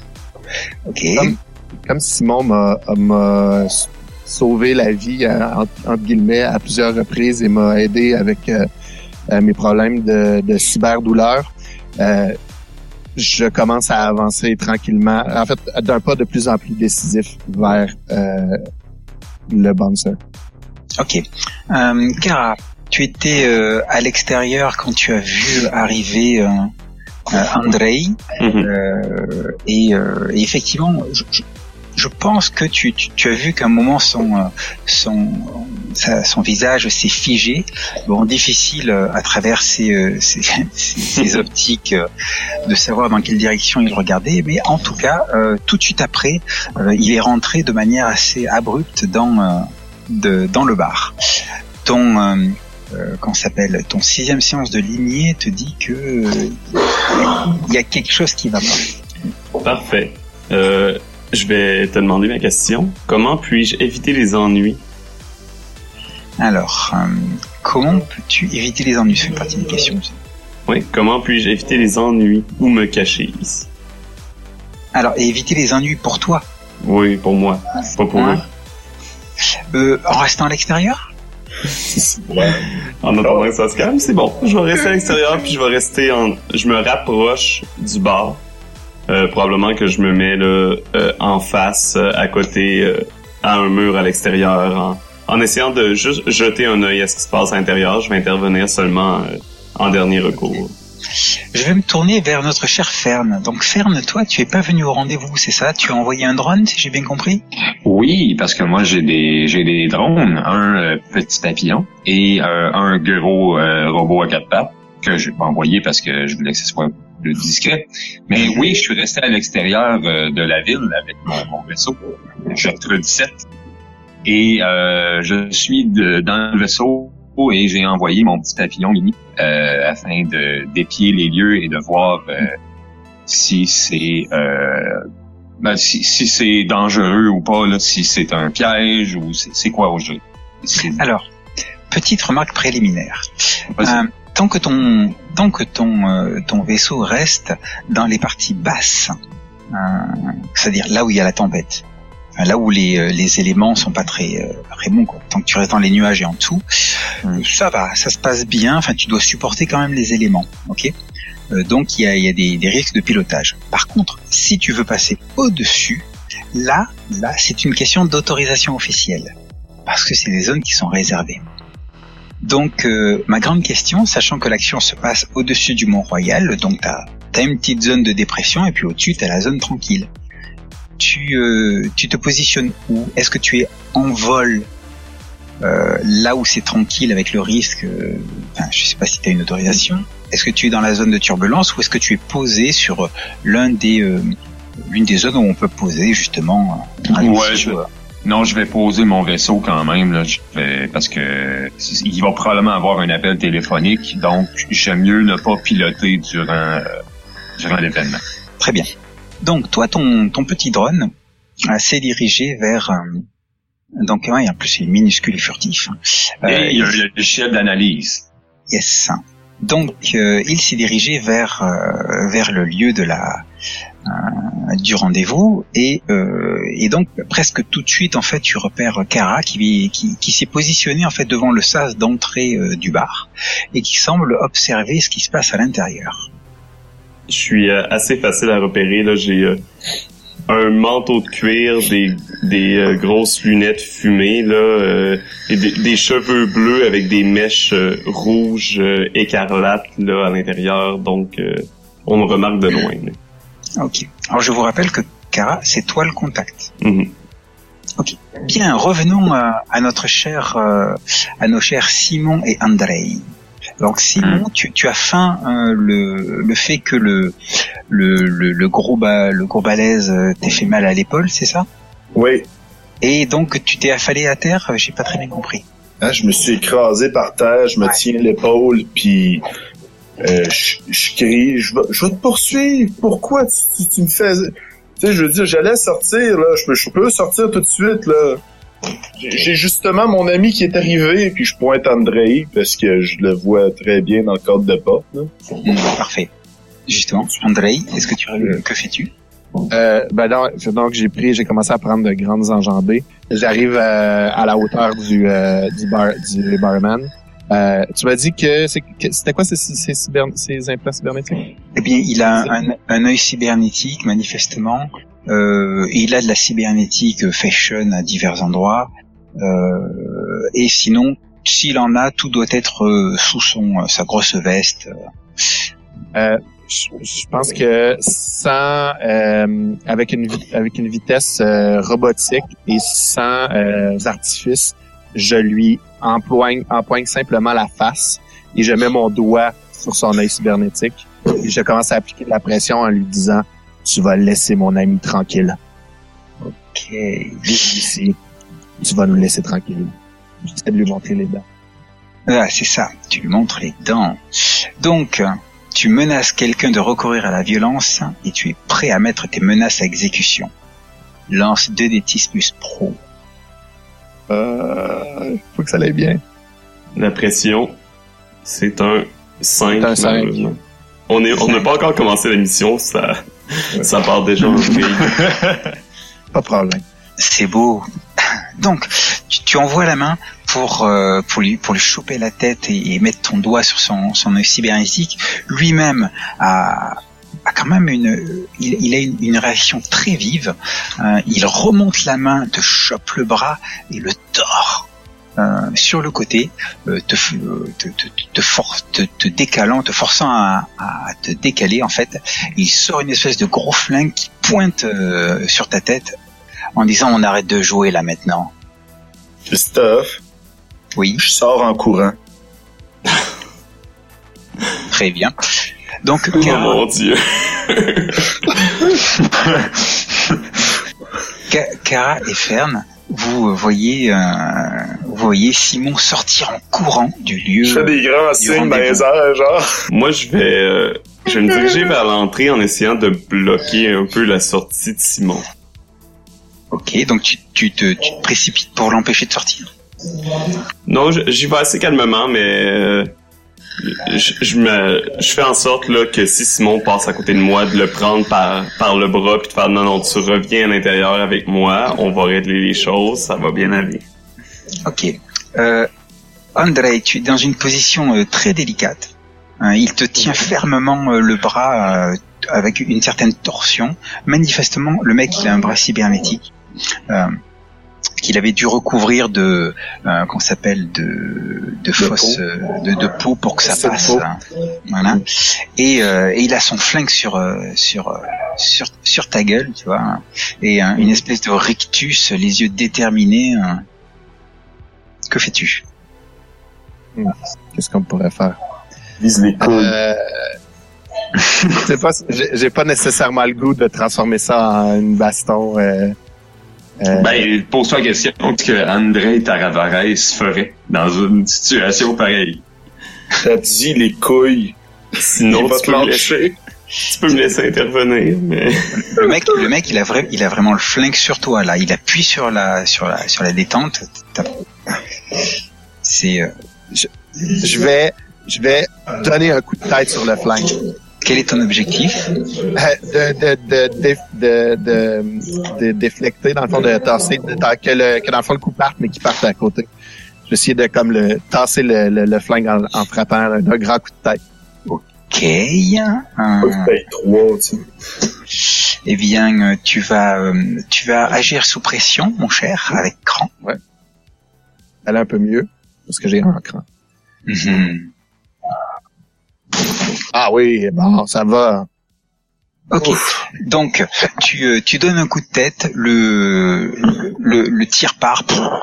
Ok. Comme, comme Simon m'a, m'a sauvé la vie, entre, entre guillemets, à plusieurs reprises et m'a aidé avec euh, Euh, mes problèmes de, de cyberdouleur, euh, je commence à avancer tranquillement, en fait, d'un pas de plus en plus décisif vers euh, le bouncer. Ok. Euh, Kara, tu étais euh, à l'extérieur quand tu as vu arriver euh, euh, Andrei, mm-hmm. euh, et, euh, et effectivement, je, je, je pense que tu, tu, tu as vu qu'à un moment son son sa, son visage s'est figé. Bon, difficile à travers ses, ses, ses, ses optiques de savoir dans quelle direction il regardait, mais en tout cas, euh, tout de suite après, euh, il est rentré de manière assez abrupte dans euh, de, dans le bar. Ton euh, euh, comment s'appelle ton sixième séance de lignée te dit que euh, il y a quelque chose qui va pas. Parfait. Euh, je vais te demander ma question. Comment puis-je éviter les ennuis? Alors, euh, comment peux-tu éviter les ennuis? C'est une partie des questions. Oui, comment puis-je éviter les ennuis ou me cacher ici? Alors, et éviter les ennuis pour toi? Oui, pour moi, pas pour hein? eux. Euh, en restant à l'extérieur? Ouais. En attendant que ça se calme, c'est bon. Je vais rester à l'extérieur puis je vais rester en... Je me rapproche du bar. Euh, probablement que je me mets là euh, en face, euh, à côté, euh, à un mur à l'extérieur, en, en essayant de juste jeter un œil à ce qui se passe à l'intérieur. Je vais intervenir seulement euh, en dernier recours. Je vais me tourner vers notre cher Fern. Donc Fern, toi, tu es pas venu au rendez-vous, c'est ça? Tu as envoyé un drone, si j'ai bien compris? Oui, parce que moi j'ai des j'ai des drones, un euh, petit papillon et euh, un gros euh, robot à quatre pattes que j'ai pas envoyé parce que je voulais que ce soit plus discret. Mais oui, je suis resté à l'extérieur euh, de la ville avec mon, mon vaisseau, Gertrude dix-sept, et euh, je suis de, dans le vaisseau et j'ai envoyé mon petit papillon mini euh, afin de d'épier les lieux et de voir euh, si c'est euh, ben, si, si c'est dangereux ou pas, là, si c'est un piège ou c'est, c'est quoi au jeu. C'est... Alors, petite remarque préliminaire. Euh, tant que ton, tant que ton, euh, ton vaisseau reste dans les parties basses, euh, c'est-à-dire là où il y a la tempête, enfin, là où les, euh, les éléments sont pas très, euh, très bons, quoi. Tant que tu restes dans les nuages et en dessous, euh, ça va, ça se passe bien. Enfin, tu dois supporter quand même les éléments, ok. Euh, donc il y a, il y a des, des risques de pilotage. Par contre, si tu veux passer au-dessus, là, là, c'est une question d'autorisation officielle, parce que c'est des zones qui sont réservées. Donc, euh, ma grande question, sachant que l'action se passe au-dessus du Mont-Royal, donc t'as, t'as une petite zone de dépression et puis au-dessus t'as la zone tranquille. Tu, euh, tu te positionnes où? Est-ce que tu es en vol euh, là où c'est tranquille avec le risque euh, enfin, je sais pas si t'as une autorisation. Est-ce que tu es dans la zone de turbulence ou est-ce que tu es posé sur l'un des euh, l'une des zones où on peut poser justement euh, ouais, je, non, je vais poser mon vaisseau quand même là, je vais, parce que il va probablement avoir un appel téléphonique, donc j'aime mieux ne pas piloter durant euh, durant l'événement. Très bien. Donc toi, ton ton petit drone euh, s'est dirigé vers euh, donc ouais, en plus il est minuscule et furtif. Euh, et il y a le logiciel d'analyse. Yes. Donc euh, il s'est dirigé vers euh, vers le lieu de la euh, du rendez-vous et euh, et donc presque tout de suite en fait tu repères Kara qui qui, qui s'est positionné en fait devant le sas d'entrée euh, du bar et qui semble observer ce qui se passe à l'intérieur. Je suis euh, assez facile à repérer là, j'ai euh, un manteau de cuir, des des euh, grosses lunettes fumées là, euh, et des, des cheveux bleus avec des mèches euh, rouges euh, écarlates là à l'intérieur, donc euh, on me remarque de loin. Là. Ok. Alors je vous rappelle que Kara, c'est toi le contact. Mm-hmm. Ok. Bien, revenons à, à notre cher, euh, à nos chers Simon et Andrei. Donc Simon, mmh. tu, tu as faim euh, le, le fait que le le, le, le gros ba, le gros balèze t'ait fait mal à l'épaule, c'est ça? Oui. Et donc tu t'es affalé à terre, j'ai pas très bien compris. Ah, je me suis écrasé par terre, je me ouais. tiens l'épaule, puis euh, je, je crie, je vais, je vais te poursuivre. Pourquoi tu, tu, tu me fais... Tu sais, je veux dire, j'allais sortir, là, je peux, je peux sortir tout de suite, là. J'ai justement mon ami qui est arrivé, puis je pointe Andrei, parce que je le vois très bien dans le cadre de porte. Là. Mmh, parfait. Justement, Andrei, est-ce que tu euh, que fais-tu? Euh, ben donc, donc j'ai pris, j'ai commencé à prendre de grandes enjambées. J'arrive euh, à la hauteur du euh, du bar du barman. Euh, tu m'as dit que, c'est, que c'était quoi ces, ces, cyber, ces implants cybernétiques? Eh bien, il a un, un œil cybernétique, manifestement. Euh, il a de la cybernétique fashion à divers endroits. Euh, et sinon, s'il en a, tout doit être euh, sous son sa grosse veste. Euh, je, je pense que sans euh, avec une avec une vitesse euh, robotique et sans euh, artifice, je lui empoigne empoigne simplement la face et je mets mon doigt sur son œil cybernétique et je commence à appliquer de la pression en lui disant: tu vas laisser mon ami tranquille. Ok. Ici, tu vas nous laisser tranquille. J'essaie de lui montrer les dents. Ah, c'est ça. Tu lui montres les dents. Donc, tu menaces quelqu'un de recourir à la violence et tu es prêt à mettre tes menaces à exécution. Lance deux D dix plus pro. Euh, faut que ça aille bien. La pression, c'est un cinq. C'est un cinq. On est, on n'a pas encore commencé la mission, ça, ça part déjà en vrille. Pas de problème. C'est beau. Donc, tu, tu envoies la main pour euh, pour lui pour lui choper la tête et, et mettre ton doigt sur son son œil cybernétique. Lui-même a a quand même une il, il a une, une réaction très vive. Euh, il remonte la main, te chope le bras et le tord. Euh, sur le côté, euh, te, te, te, te, for- te, te décalant, te forçant à, à te décaler en fait. Il sort une espèce de gros flingue qui pointe euh, sur ta tête en disant: on arrête de jouer là maintenant. Christophe. Oui. Je sors en courant. Très bien. Donc, oh Kara... mon Dieu. Kara et Fern, vous voyez, euh, vous voyez Simon sortir en courant du lieu. Je fais des grands signes dans les airs, genre. Moi, je vais, euh, je vais me diriger vers l'entrée en essayant de bloquer un peu la sortie de Simon. Ok, donc tu, tu, te, tu te précipites pour l'empêcher de sortir. Non, j'y vais assez calmement, mais euh, je, je me, je fais en sorte là que si Simon passe à côté de moi, de le prendre par par le bras puis de faire non non, tu reviens à l'intérieur avec moi, on va régler les choses, ça va bien aller. Ok. Euh, Andrei, tu es dans une position euh, très délicate. Hein, il te tient fermement euh, le bras euh, avec une certaine torsion. Manifestement, le mec, il a un bras cybernétique. Euh, qu'il avait dû recouvrir de euh, qu'on s'appelle de de fausse euh, de, de peau pour que ça C'est passe hein. Voilà. Et, euh, et il a son flingue sur euh, sur euh, sur sur ta gueule, tu vois, hein. Et euh, une espèce de rictus, les yeux déterminés. Hein. Que fais-tu? Qu'est-ce qu'on pourrait faire? Vise les couilles. Euh... c'est pas, j'ai, j'ai pas nécessairement le goût de transformer ça en une baston. Euh... Euh... Ben, pose-toi la question que Andrei Taravares ferait dans une situation pareille. T'as dit les couilles. Sinon, Il va tu te peux, me lâcher. laisser, tu peux me laisser intervenir, mais... Le mec, le mec, il a vrai, il a vraiment le flingue sur toi là. Il appuie sur la, sur la, sur la détente. T'as... C'est. Euh... Je, je vais, je vais donner un coup de tête sur le flingue. Quel est ton objectif? De, de, de, de, de, de, de déflecter, dans le fond, de tasser, de, de, que, le, que dans le fond le coup parte, mais qu'il parte à côté. Je vais essayer de comme le tasser le, le, le flingue en, en frappant d'un grand coup de tête. Ok. Euh... Peut-être trois, tu sais. Eh bien, tu vas, euh, tu vas agir sous pression, mon cher, avec cran. Ouais. Elle est un peu mieux, parce que j'ai un cran. Mm-hmm. Ah oui, bon, ça va. Ok. Donc, tu, euh, tu donnes un coup de tête, le, le, le tir part.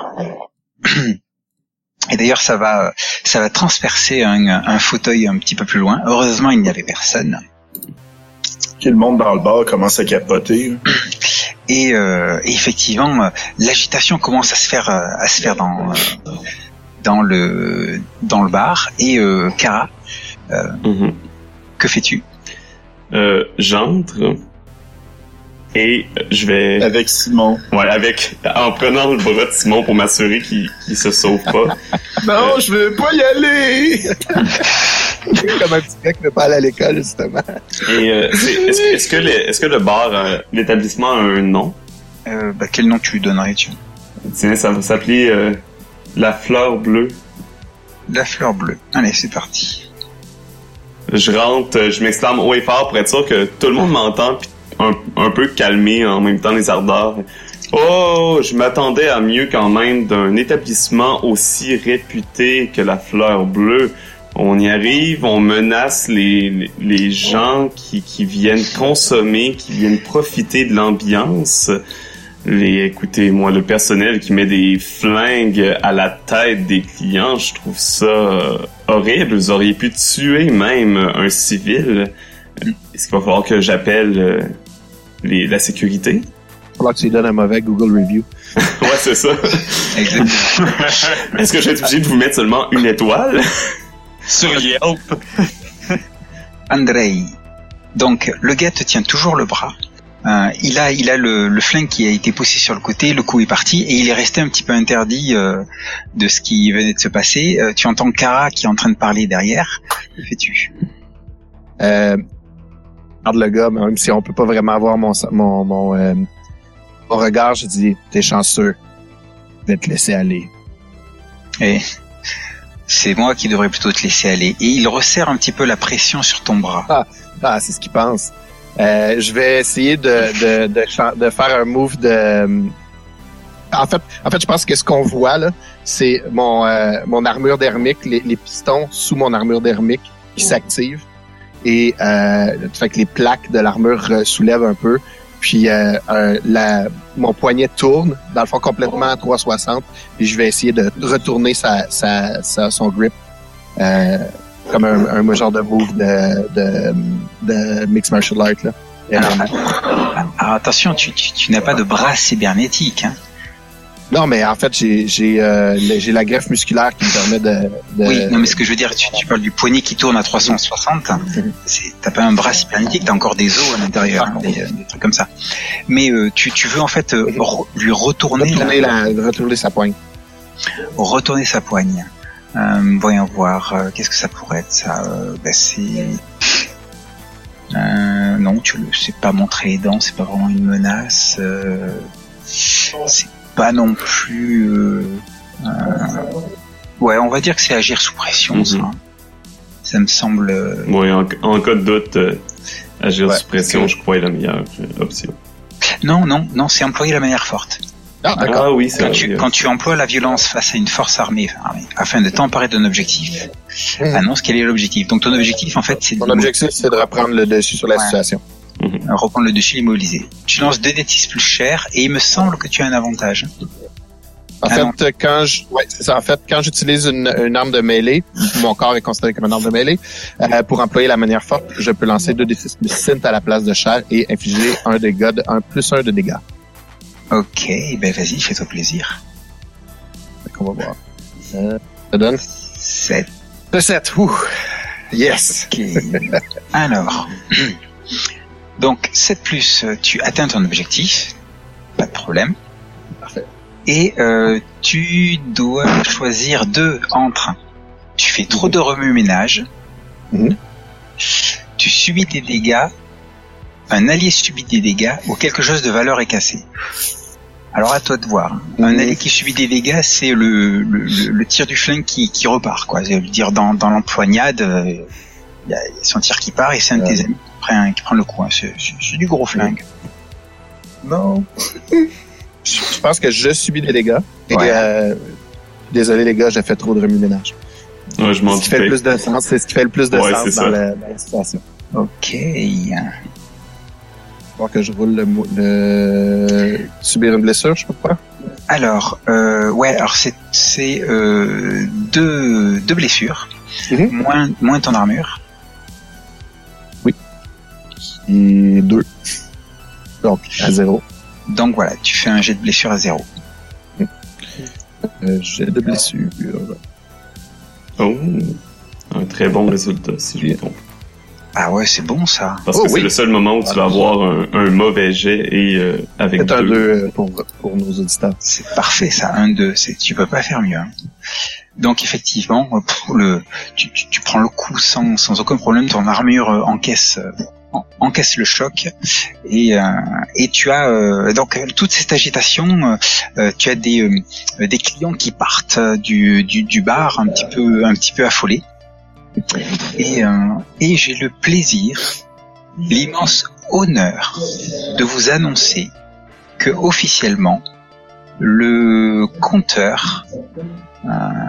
Et d'ailleurs, ça va, ça va transpercer un, un fauteuil un petit peu plus loin. Heureusement, il n'y avait personne. Tout le monde dans le bar commence à capoter. Et, euh, et effectivement, l'agitation commence à se faire, à se faire dans, dans le, dans le bar. Et euh, Kara, euh, Mm-hmm. que fais-tu? Euh, j'entre et je vais... Avec Simon. Ouais, avec... En prenant le bras de Simon pour m'assurer qu'il, qu'il se sauve pas. Non, je veux pas y aller! Comme un petit gars qui ne veut pas aller à l'école, justement. Et euh, c'est, est-ce, est-ce que le, est-ce que le bar, euh, l'établissement a un nom? Euh, bah, quel nom tu lui donnerais-tu? Tiens, ça va s'appeler euh, La Fleur Bleue. La fleur bleue. Allez, c'est parti. Je rentre, je m'exclame haut et fort pour être sûr que tout le monde m'entend, puis un, un peu calmer en même temps les ardeurs. Oh, je m'attendais à mieux quand même d'un établissement aussi réputé que la Fleur Bleue. On y arrive, on menace les, les, les gens qui, qui viennent consommer, qui viennent profiter de l'ambiance. Les, écoutez, moi, le personnel qui met des flingues à la tête des clients, je trouve ça euh, horrible. Vous auriez pu tuer même un civil. Est-ce qu'il va falloir que j'appelle euh, les, la sécurité? Il va falloir que tu lui donnes un mauvais Google Review. Ouais, c'est ça. Exactement. Est-ce que je vais être obligé de vous mettre seulement une étoile? Sur Yelp. Andrei. Donc, le gars te tient toujours le bras. Euh, il a, il a le, le flingue qui a été poussé sur le côté, le coup est parti et il est resté un petit peu interdit euh, de ce qui venait de se passer. Euh, tu entends Kara qui est en train de parler derrière. Que fais-tu? Euh, regarde le gars, même si on peut pas vraiment voir mon mon mon, euh, mon regard, je dis t'es chanceux, je vais te laisser aller. Et c'est moi qui devrais plutôt te laisser aller. Et il resserre un petit peu la pression sur ton bras. Ah, ah c'est ce qu'il pense. Euh, je vais essayer de, de, de, de faire un move de... En fait, en fait, je pense que ce qu'on voit, là, c'est mon, euh, mon armure dermique, les, les pistons sous mon armure dermique qui s'activent. Et euh, fait que les plaques de l'armure soulèvent un peu. Puis euh, euh, la, mon poignet tourne, dans le fond, complètement à trois cent soixante. Puis je vais essayer de retourner sa, sa, sa, son grip. Euh, comme un, un genre de move de, de, de mixed martial art, là. Et, alors, euh, alors, attention, tu, tu, tu n'as pas de bras cybernétique, hein. Non, mais en fait, j'ai, j'ai, euh, j'ai la greffe musculaire qui me permet de, de... Oui, non, mais ce que je veux dire, tu, tu parles du poignet qui tourne à trois cent soixante. Mm-hmm. C'est, t'as pas un bras cybernétique, t'as encore des os à l'intérieur, hein, des, des trucs comme ça. Mais euh, tu, tu veux en fait euh, re, lui retourner, retourner, la... la, retourner sa poigne. retourner sa poigne. Euh, voyons voir, euh, qu'est-ce que ça pourrait être ça euh, bah, c'est... Euh, non, tu le, c'est pas montrer les dents, c'est pas vraiment une menace. Euh, c'est pas non plus... Euh, euh, ouais, on va dire que c'est agir sous pression, mm-hmm. ça. Ça me semble... Euh... Oui, en, en cas de doute, euh, agir ouais, sous pression, que... je crois, est la meilleure euh, option. Non, non, non, c'est employer la manière forte. Ah, d'accord. Ah, oui, c'est quand, tu, quand tu emploies la violence face à une force armée, armée afin de t'emparer d'un objectif, mmh. annonce quel est l'objectif. Donc ton objectif, en fait, c'est... Ton objectif, c'est de reprendre le dessus sur la ouais. situation. Mmh. Reprendre le dessus, l'immobiliser. Tu lances deux d six plus cher, et il me semble que tu as un avantage. En ah, fait, non. quand je, ouais, c'est ça. En fait, quand j'utilise une, une arme de mêlée, mon corps est considéré comme une arme de mêlée, euh, pour employer la manière forte, je peux lancer deux d six plus synth à la place de chair et infliger un dégât de un plus un de dégâts. Ok, ben vas-y, fais-toi plaisir. On va voir. Euh, ça donne sept. De sept, ouh. Yes. Ok. Alors, donc sept plus, tu atteins ton objectif, pas de problème. Parfait. Et euh, tu dois choisir deux entre. Tu fais trop de remue-ménage. Mm-hmm. Tu subis des dégâts. Un allié subit des dégâts ou quelque chose de valeur est cassé. Alors à toi de voir. Un allié qui subit des dégâts, c'est le, le, le, le tir du flingue qui, qui repart, quoi. C'est dire dans, dans l'empoignade, il euh, y, y a son tir qui part et c'est un de tes amis qui prend, qui prend le coup. Hein. C'est, c'est, c'est du gros flingue. Non. Je pense que je subis des dégâts. Et ouais. euh, désolé les gars, j'ai fait trop de remue-ménage. Ouais, je m'en ce qui fait le plus de sens, c'est ce qui fait le plus de ouais, sens dans la, dans la situation. Ok. Voir que je roule le, le... subir une blessure, je peux pas. Alors, euh, ouais, alors c'est c'est euh, deux deux blessures, mm-hmm. moins moins ton armure. Oui. Et deux. Donc à zéro. Donc voilà, tu fais un jet de blessure à zéro. Mm. Euh, jet de blessure. Oh, un très bon résultat si je me trompe. Ah ouais, c'est bon ça. Parce oh, que oui. c'est le seul moment où tu vas avoir un, un mauvais jet et euh, avec c'est deux. un deux pour, pour nos auditeurs. C'est parfait ça, un deux, c'est, tu peux pas faire mieux. Hein. Donc effectivement, pour le, tu, tu, tu prends le coup sans, sans aucun problème, ton armure encaisse, en, encaisse le choc et, euh, et tu as euh, donc toute cette agitation, euh, tu as des, euh, des clients qui partent du, du, du bar un petit peu, un petit peu affolés. Et, euh, et j'ai le plaisir, l'immense honneur de vous annoncer que officiellement le compteur, euh,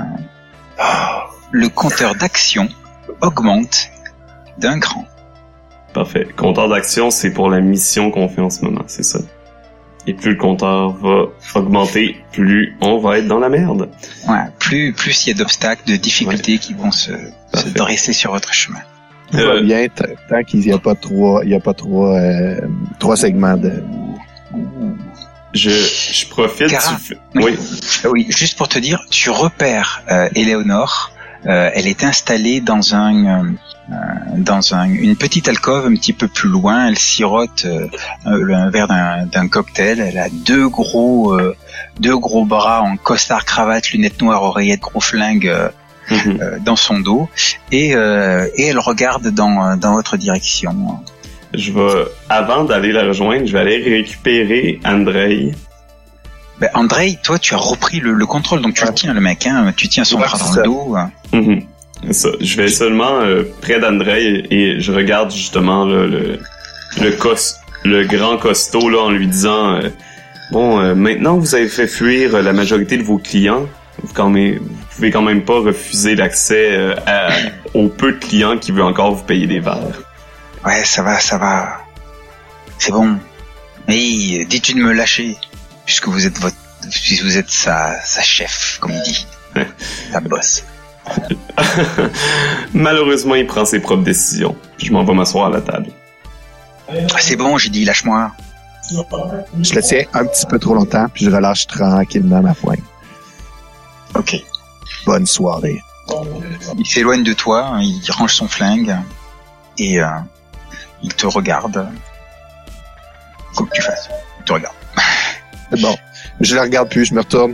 le compteur d'action augmente d'un cran. Parfait. Compteur d'action, c'est pour la mission qu'on fait en ce moment, c'est ça. Et plus le compteur va augmenter, plus on va être dans la merde. Ouais, plus plus il y a d'obstacles, de difficultés ouais. qui vont se, se dresser sur votre chemin. Tout euh, va bien t- tant qu'il n'y a pas trois, il y a pas trois, euh, trois segments de. Je, je profite. Cara, du... Oui. Oui, juste pour te dire, tu repères euh, Éléonore. Euh, elle est installée dans un euh, dans un, une petite alcôve un petit peu plus loin. Elle sirote euh, un verre d'un, d'un cocktail. Elle a deux gros euh, deux gros bras en costard cravate, lunettes noires, oreillettes, gros flingue euh, mm-hmm. euh, dans son dos et euh, et elle regarde dans dans votre direction. Je vais avant d'aller la rejoindre, je vais aller récupérer Andrei. Ben Andrei, toi tu as repris le, le contrôle, donc tu ouais. le tiens le mec, hein, tu tiens son ouais, bras dans ça. le dos. Hein. Mm-hmm. Ça, je vais seulement euh, près d'Andrei et je regarde justement là, le le cos, le grand costaud là en lui disant euh, bon euh, maintenant vous avez fait fuir la majorité de vos clients, vous quand même vous pouvez quand même pas refuser l'accès euh, à, aux peu de clients qui veulent encore vous payer des verres. Ouais, ça va, ça va. C'est bon. Mais dites-tu de me lâcher. Puisque vous êtes votre, puisque vous êtes sa, sa chef, comme il dit, sa boss. Malheureusement, il prend ses propres décisions. Je m'en vais m'asseoir à la table. C'est bon, j'ai dit, lâche-moi. Je le tiens un petit peu trop longtemps, puis je relâche tranquillement ma poigne. Ok. Bonne soirée. Il s'éloigne de toi, il range son flingue et euh, il te regarde. Quoi que tu fasses, il te regarde. Bon, je la regarde plus, je me retourne.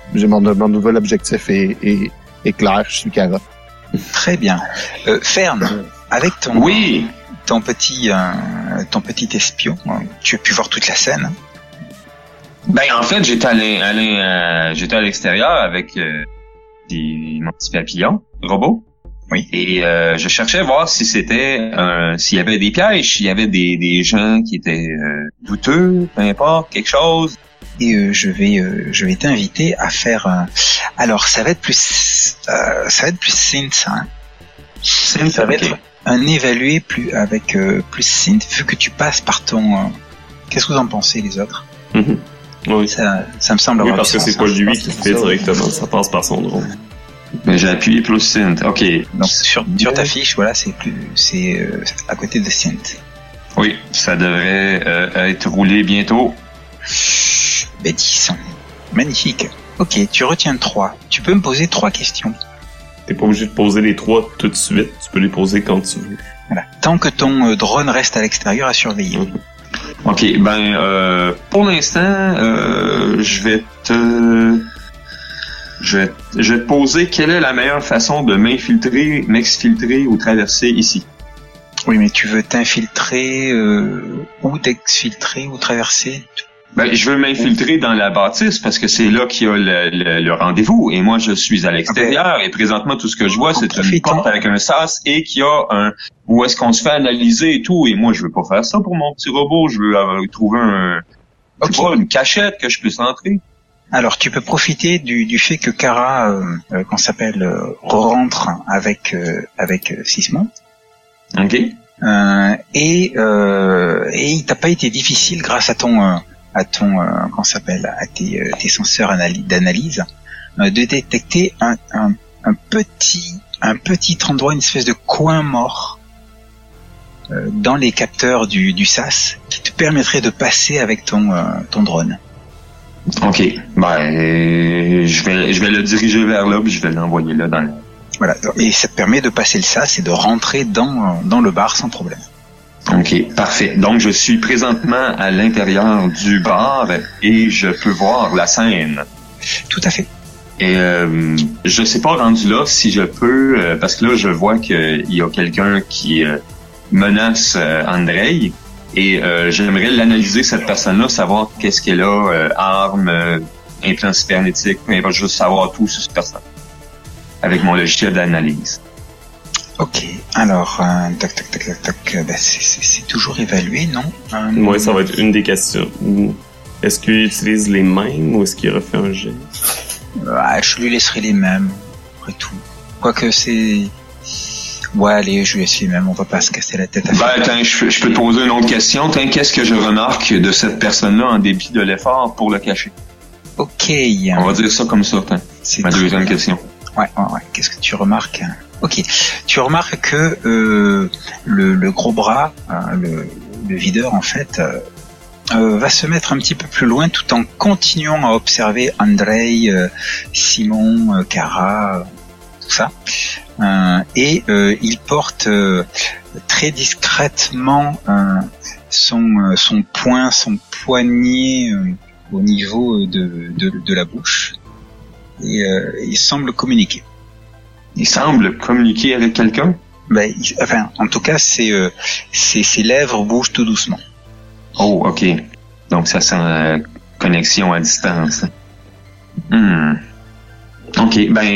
j'ai mon, mon nouvel objectif est, est, est clair, je suis Kara. Très bien. Euh, Fern, avec ton, Oui. ton petit, euh, ton petit espion, euh, tu as pu voir toute la scène. Ben en fait, j'étais allé, allé euh, j'étais à l'extérieur avec euh, des mon petit papillon robot. Oui. Et euh, je cherchais à voir si c'était euh, s'il y avait des pièges, s'il y avait des, des gens qui étaient euh, douteux, peu importe, quelque chose. Et euh, je vais, euh, je vais t'inviter à faire. Euh, alors, ça va être plus, euh, ça va être plus synth, hein. C'est Ça va ok. être un évalué plus avec euh, plus synth, vu que tu passes par ton. Euh, Qu'est-ce que vous en pensez, les autres? Mhm. Oui. Ça, ça me semble Oui, avoir parce du que sens, c'est pas hein. Je lui pense qui que fait ça, oui. directement, ça passe par son drone. Ben, j'ai appuyé plus synth. Ok. Donc sur, sur ta fiche, voilà, c'est plus, c'est euh, à côté de synth. Oui, ça devrait euh, être roulé bientôt. Ben dix. Magnifique. Ok, tu retiens trois. Tu peux me poser trois questions. T'es pas obligé de poser les trois tout de suite, tu peux les poser quand tu veux. Voilà. Tant que ton euh, drone reste à l'extérieur à surveiller. Mhm. Ok, ben euh, pour l'instant, euh, je vais te, je vais, je vais te poser quelle est la meilleure façon de m'infiltrer, m'exfiltrer ou traverser ici. Oui, mais tu veux t'infiltrer euh, ou t'exfiltrer ou traverser. Ben, je veux m'infiltrer dans la bâtisse parce que c'est là qu'il y a le, le, le rendez-vous et moi je suis à l'extérieur et présentement tout ce que je vois c'est une porte avec un sas et qu'il y a un où est-ce qu'on se fait analyser et tout et moi je veux pas faire ça pour mon petit robot, je veux euh, trouver un je sais Ok. pas, une cachette que je puisse entrer. Alors, tu peux profiter du, du fait que Kara, euh, euh, qu'on s'appelle, euh, rentre avec euh, avec euh, Sismon. Ok. Euh, et euh, et il t'a pas été difficile grâce à ton euh, à ton euh, qu'on s'appelle à tes, euh, tes senseurs anali- d'analyse euh, de détecter un, un un petit un petit endroit, une espèce de coin mort euh, dans les capteurs du du sas qui te permettrait de passer avec ton euh, ton drone. Ok. Ben euh, je vais je vais le diriger vers là puis je vais l'envoyer là dans le... Voilà, et ça te permet de passer le sas et de rentrer dans dans le bar sans problème. Ok, parfait. Donc, je suis présentement à l'intérieur du bar et je peux voir la scène. Tout à fait. Et euh, je sais pas rendu là si je peux, euh, parce que là, je vois qu'il y a quelqu'un qui euh, menace euh, Andrei et euh, j'aimerais l'analyser, cette personne-là, savoir qu'est-ce qu'elle a, euh, armes, euh, implants cybernétiques, mais pas juste savoir tout sur cette personne avec mon logiciel d'analyse. Ok, alors, euh, tac, tac, tac, tac, tac, euh, bah, c'est, c'est, c'est toujours évalué, non euh, Ouais, ça va être une des questions. Est-ce qu'il utilise les mêmes ou est-ce qu'il refait un jet? Ah, je lui laisserai les mêmes, après tout. Quoique c'est... Ouais, allez, je lui laisse les mêmes, on va pas se casser la tête à Ben, faire. attends, je, je peux te poser une autre question. T'in, qu'est-ce que je remarque de cette personne-là en dépit de l'effort pour le cacher? Ok. On va dire ça comme ça, t'in. C'est Ma très deuxième bien. question. Ouais, ouais, ouais. Qu'est-ce que tu remarques? Ok. Tu remarques que euh, le, le gros bras, euh, le, le videur, en fait, euh, euh, va se mettre un petit peu plus loin tout en continuant à observer Andrei, euh, Simon, euh, Kara, euh, tout ça. Euh, et euh, il porte euh, très discrètement euh, son, euh, son poing, son poignet euh, au niveau de, de, de la bouche. Et euh, il semble communiquer. Il semble communiquer avec quelqu'un? Ben, il- enfin, en tout cas, ses, euh, ses, ses lèvres bougent tout doucement. Oh, ok. Donc, ça sent euh, connexion à distance. Hmm. Ok, ben,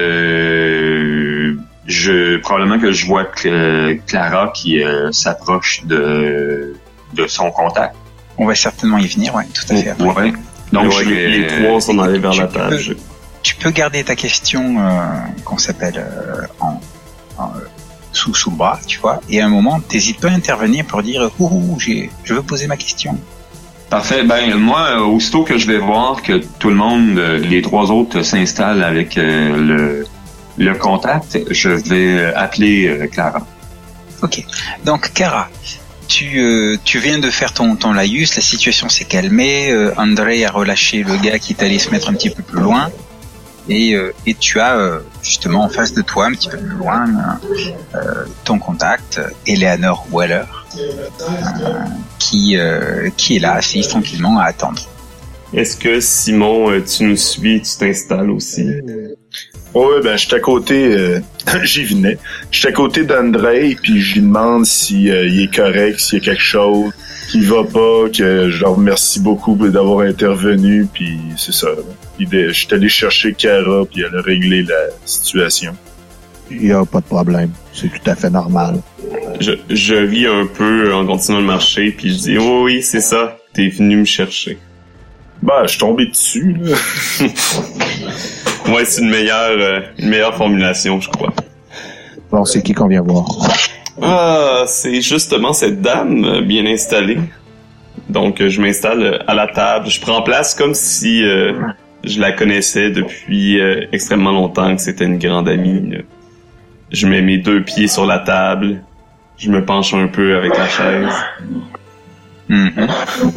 euh, je probablement que je vois que Clara qui euh, s'approche de de son contact. On va certainement y venir, ouais, tout à fait. après. Ouais. Donc, Ouais, je les, vais- les trois sont allés vers la tu table. peux- Je- Tu peux garder ta question euh, qu'on s'appelle euh, en, en, euh, sous sous le bras, tu vois. Et à un moment, t'hésites pas à intervenir pour dire ouh, ouh, j'ai, je veux poser ma question. Parfait. Ben moi, euh, aussitôt que je vais voir que tout le monde, euh, les trois autres s'installent avec euh, le le contact, je vais euh, appeler euh, Clara. Ok. Donc, Kara, tu, euh, tu viens de faire ton, ton laïus, la situation s'est calmée, euh, Andrei a relâché le gars qui est allé se mettre un petit peu plus loin, et, euh, et tu as euh, justement en face de toi, un petit peu plus loin, euh, ton contact, Eleanor Weller, euh, qui, euh, qui est là, assise tranquillement à attendre. Est-ce que, Simon, euh, tu nous suis, tu t'installes aussi? Ouais, ben, j'étais à côté, euh, j'y venais. J'étais à côté d'André, puis je lui demande si euh, il est correct, s'il y a quelque chose qui va pas, que je leur remercie beaucoup d'avoir intervenu, puis c'est ça. Puis de, je suis allé chercher Kara, puis elle a réglé la situation. Il y a pas de problème. C'est tout à fait normal. Je, je ris un peu en continuant de marcher, puis je dis, oh oui, c'est ça, t'es venu me chercher. Bah, je suis tombé dessus, là. Ouais, c'est une meilleure, euh, une meilleure formulation, je crois. Bon, c'est qui qu'on vient voir? Ah, c'est justement cette dame euh, bien installée. Donc, euh, je m'installe à la table. Je prends place comme si euh, je la connaissais depuis euh, extrêmement longtemps, que c'était une grande amie. Là. Je mets mes deux pieds sur la table. Je me penche un peu avec la chaise. Mm-hmm.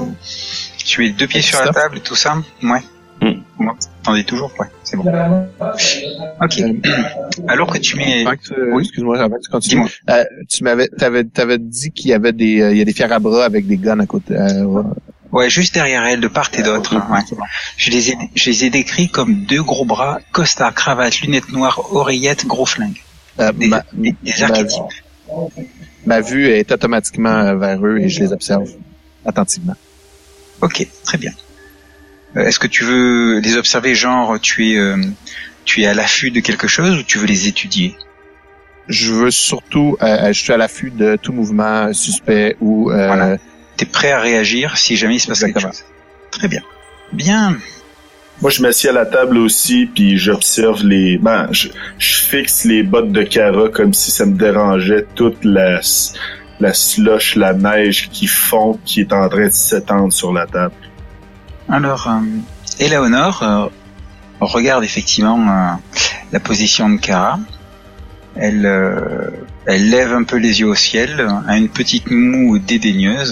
Tu mets deux pieds sur la table et tout ça? Ouais. Mm. Moi, t'entendais toujours? Ouais, c'est bon. Ok. Alors que tu mets... Avant que tu... Oui, excuse-moi, avant que tu continues. Euh, tu m'avais, t'avais, t'avais dit qu'il y avait des, euh, il y a des fiers à bras avec des guns à côté. Euh, ouais. ouais, juste derrière elle, de part et d'autre. Ouais. Je les ai, je les ai décrits comme deux gros bras, costard, cravate, lunettes noires, oreillettes, gros flingue. Euh, des, ma, des, des archétypes. Ma, ma vue est automatiquement vers eux et je les observe attentivement. Ok, très bien. Est-ce que tu veux les observer, genre tu es euh, tu es à l'affût de quelque chose ou tu veux les étudier? Je veux surtout, euh, je suis à l'affût de tout mouvement suspect ou... Euh... Voilà. T'es prêt à réagir si jamais il se passe quelque chose. Très bien. Bien. Moi, je m'assieds à la table aussi, puis j'observe les... Ben, je, je fixe les bottes de Kara comme si ça me dérangeait toute la, la slush, la neige qui fond, qui est en train de s'étendre sur la table. Alors, euh, Éléonore euh, regarde effectivement euh, la position de Kara. Elle, euh, elle lève un peu les yeux au ciel, a une petite moue dédaigneuse.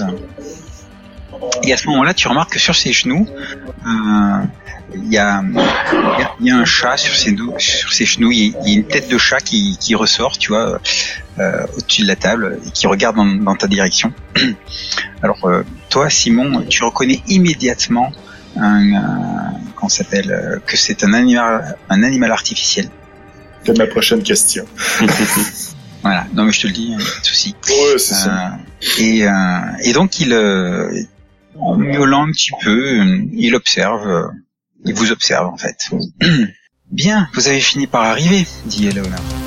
Et à ce moment-là, tu remarques que sur ses genoux, euh, il y a, il y a un chat sur ses, sur ses genoux. Il y a une tête de chat qui, qui ressort, tu vois, euh, au-dessus de la table et qui regarde dans, dans ta direction. Alors, euh, toi, Simon, tu reconnais immédiatement un, un qu'on s'appelle euh, que c'est un animal, un animal artificiel. C'est ma prochaine question. Voilà. Non, mais je te le dis, pas de souci. Ouais, c'est euh, ça. Et, euh, et donc il, euh, en miaulant un petit peu, il observe, euh, il vous observe en fait. Bien, vous avez fini par arriver, dit Éléonore.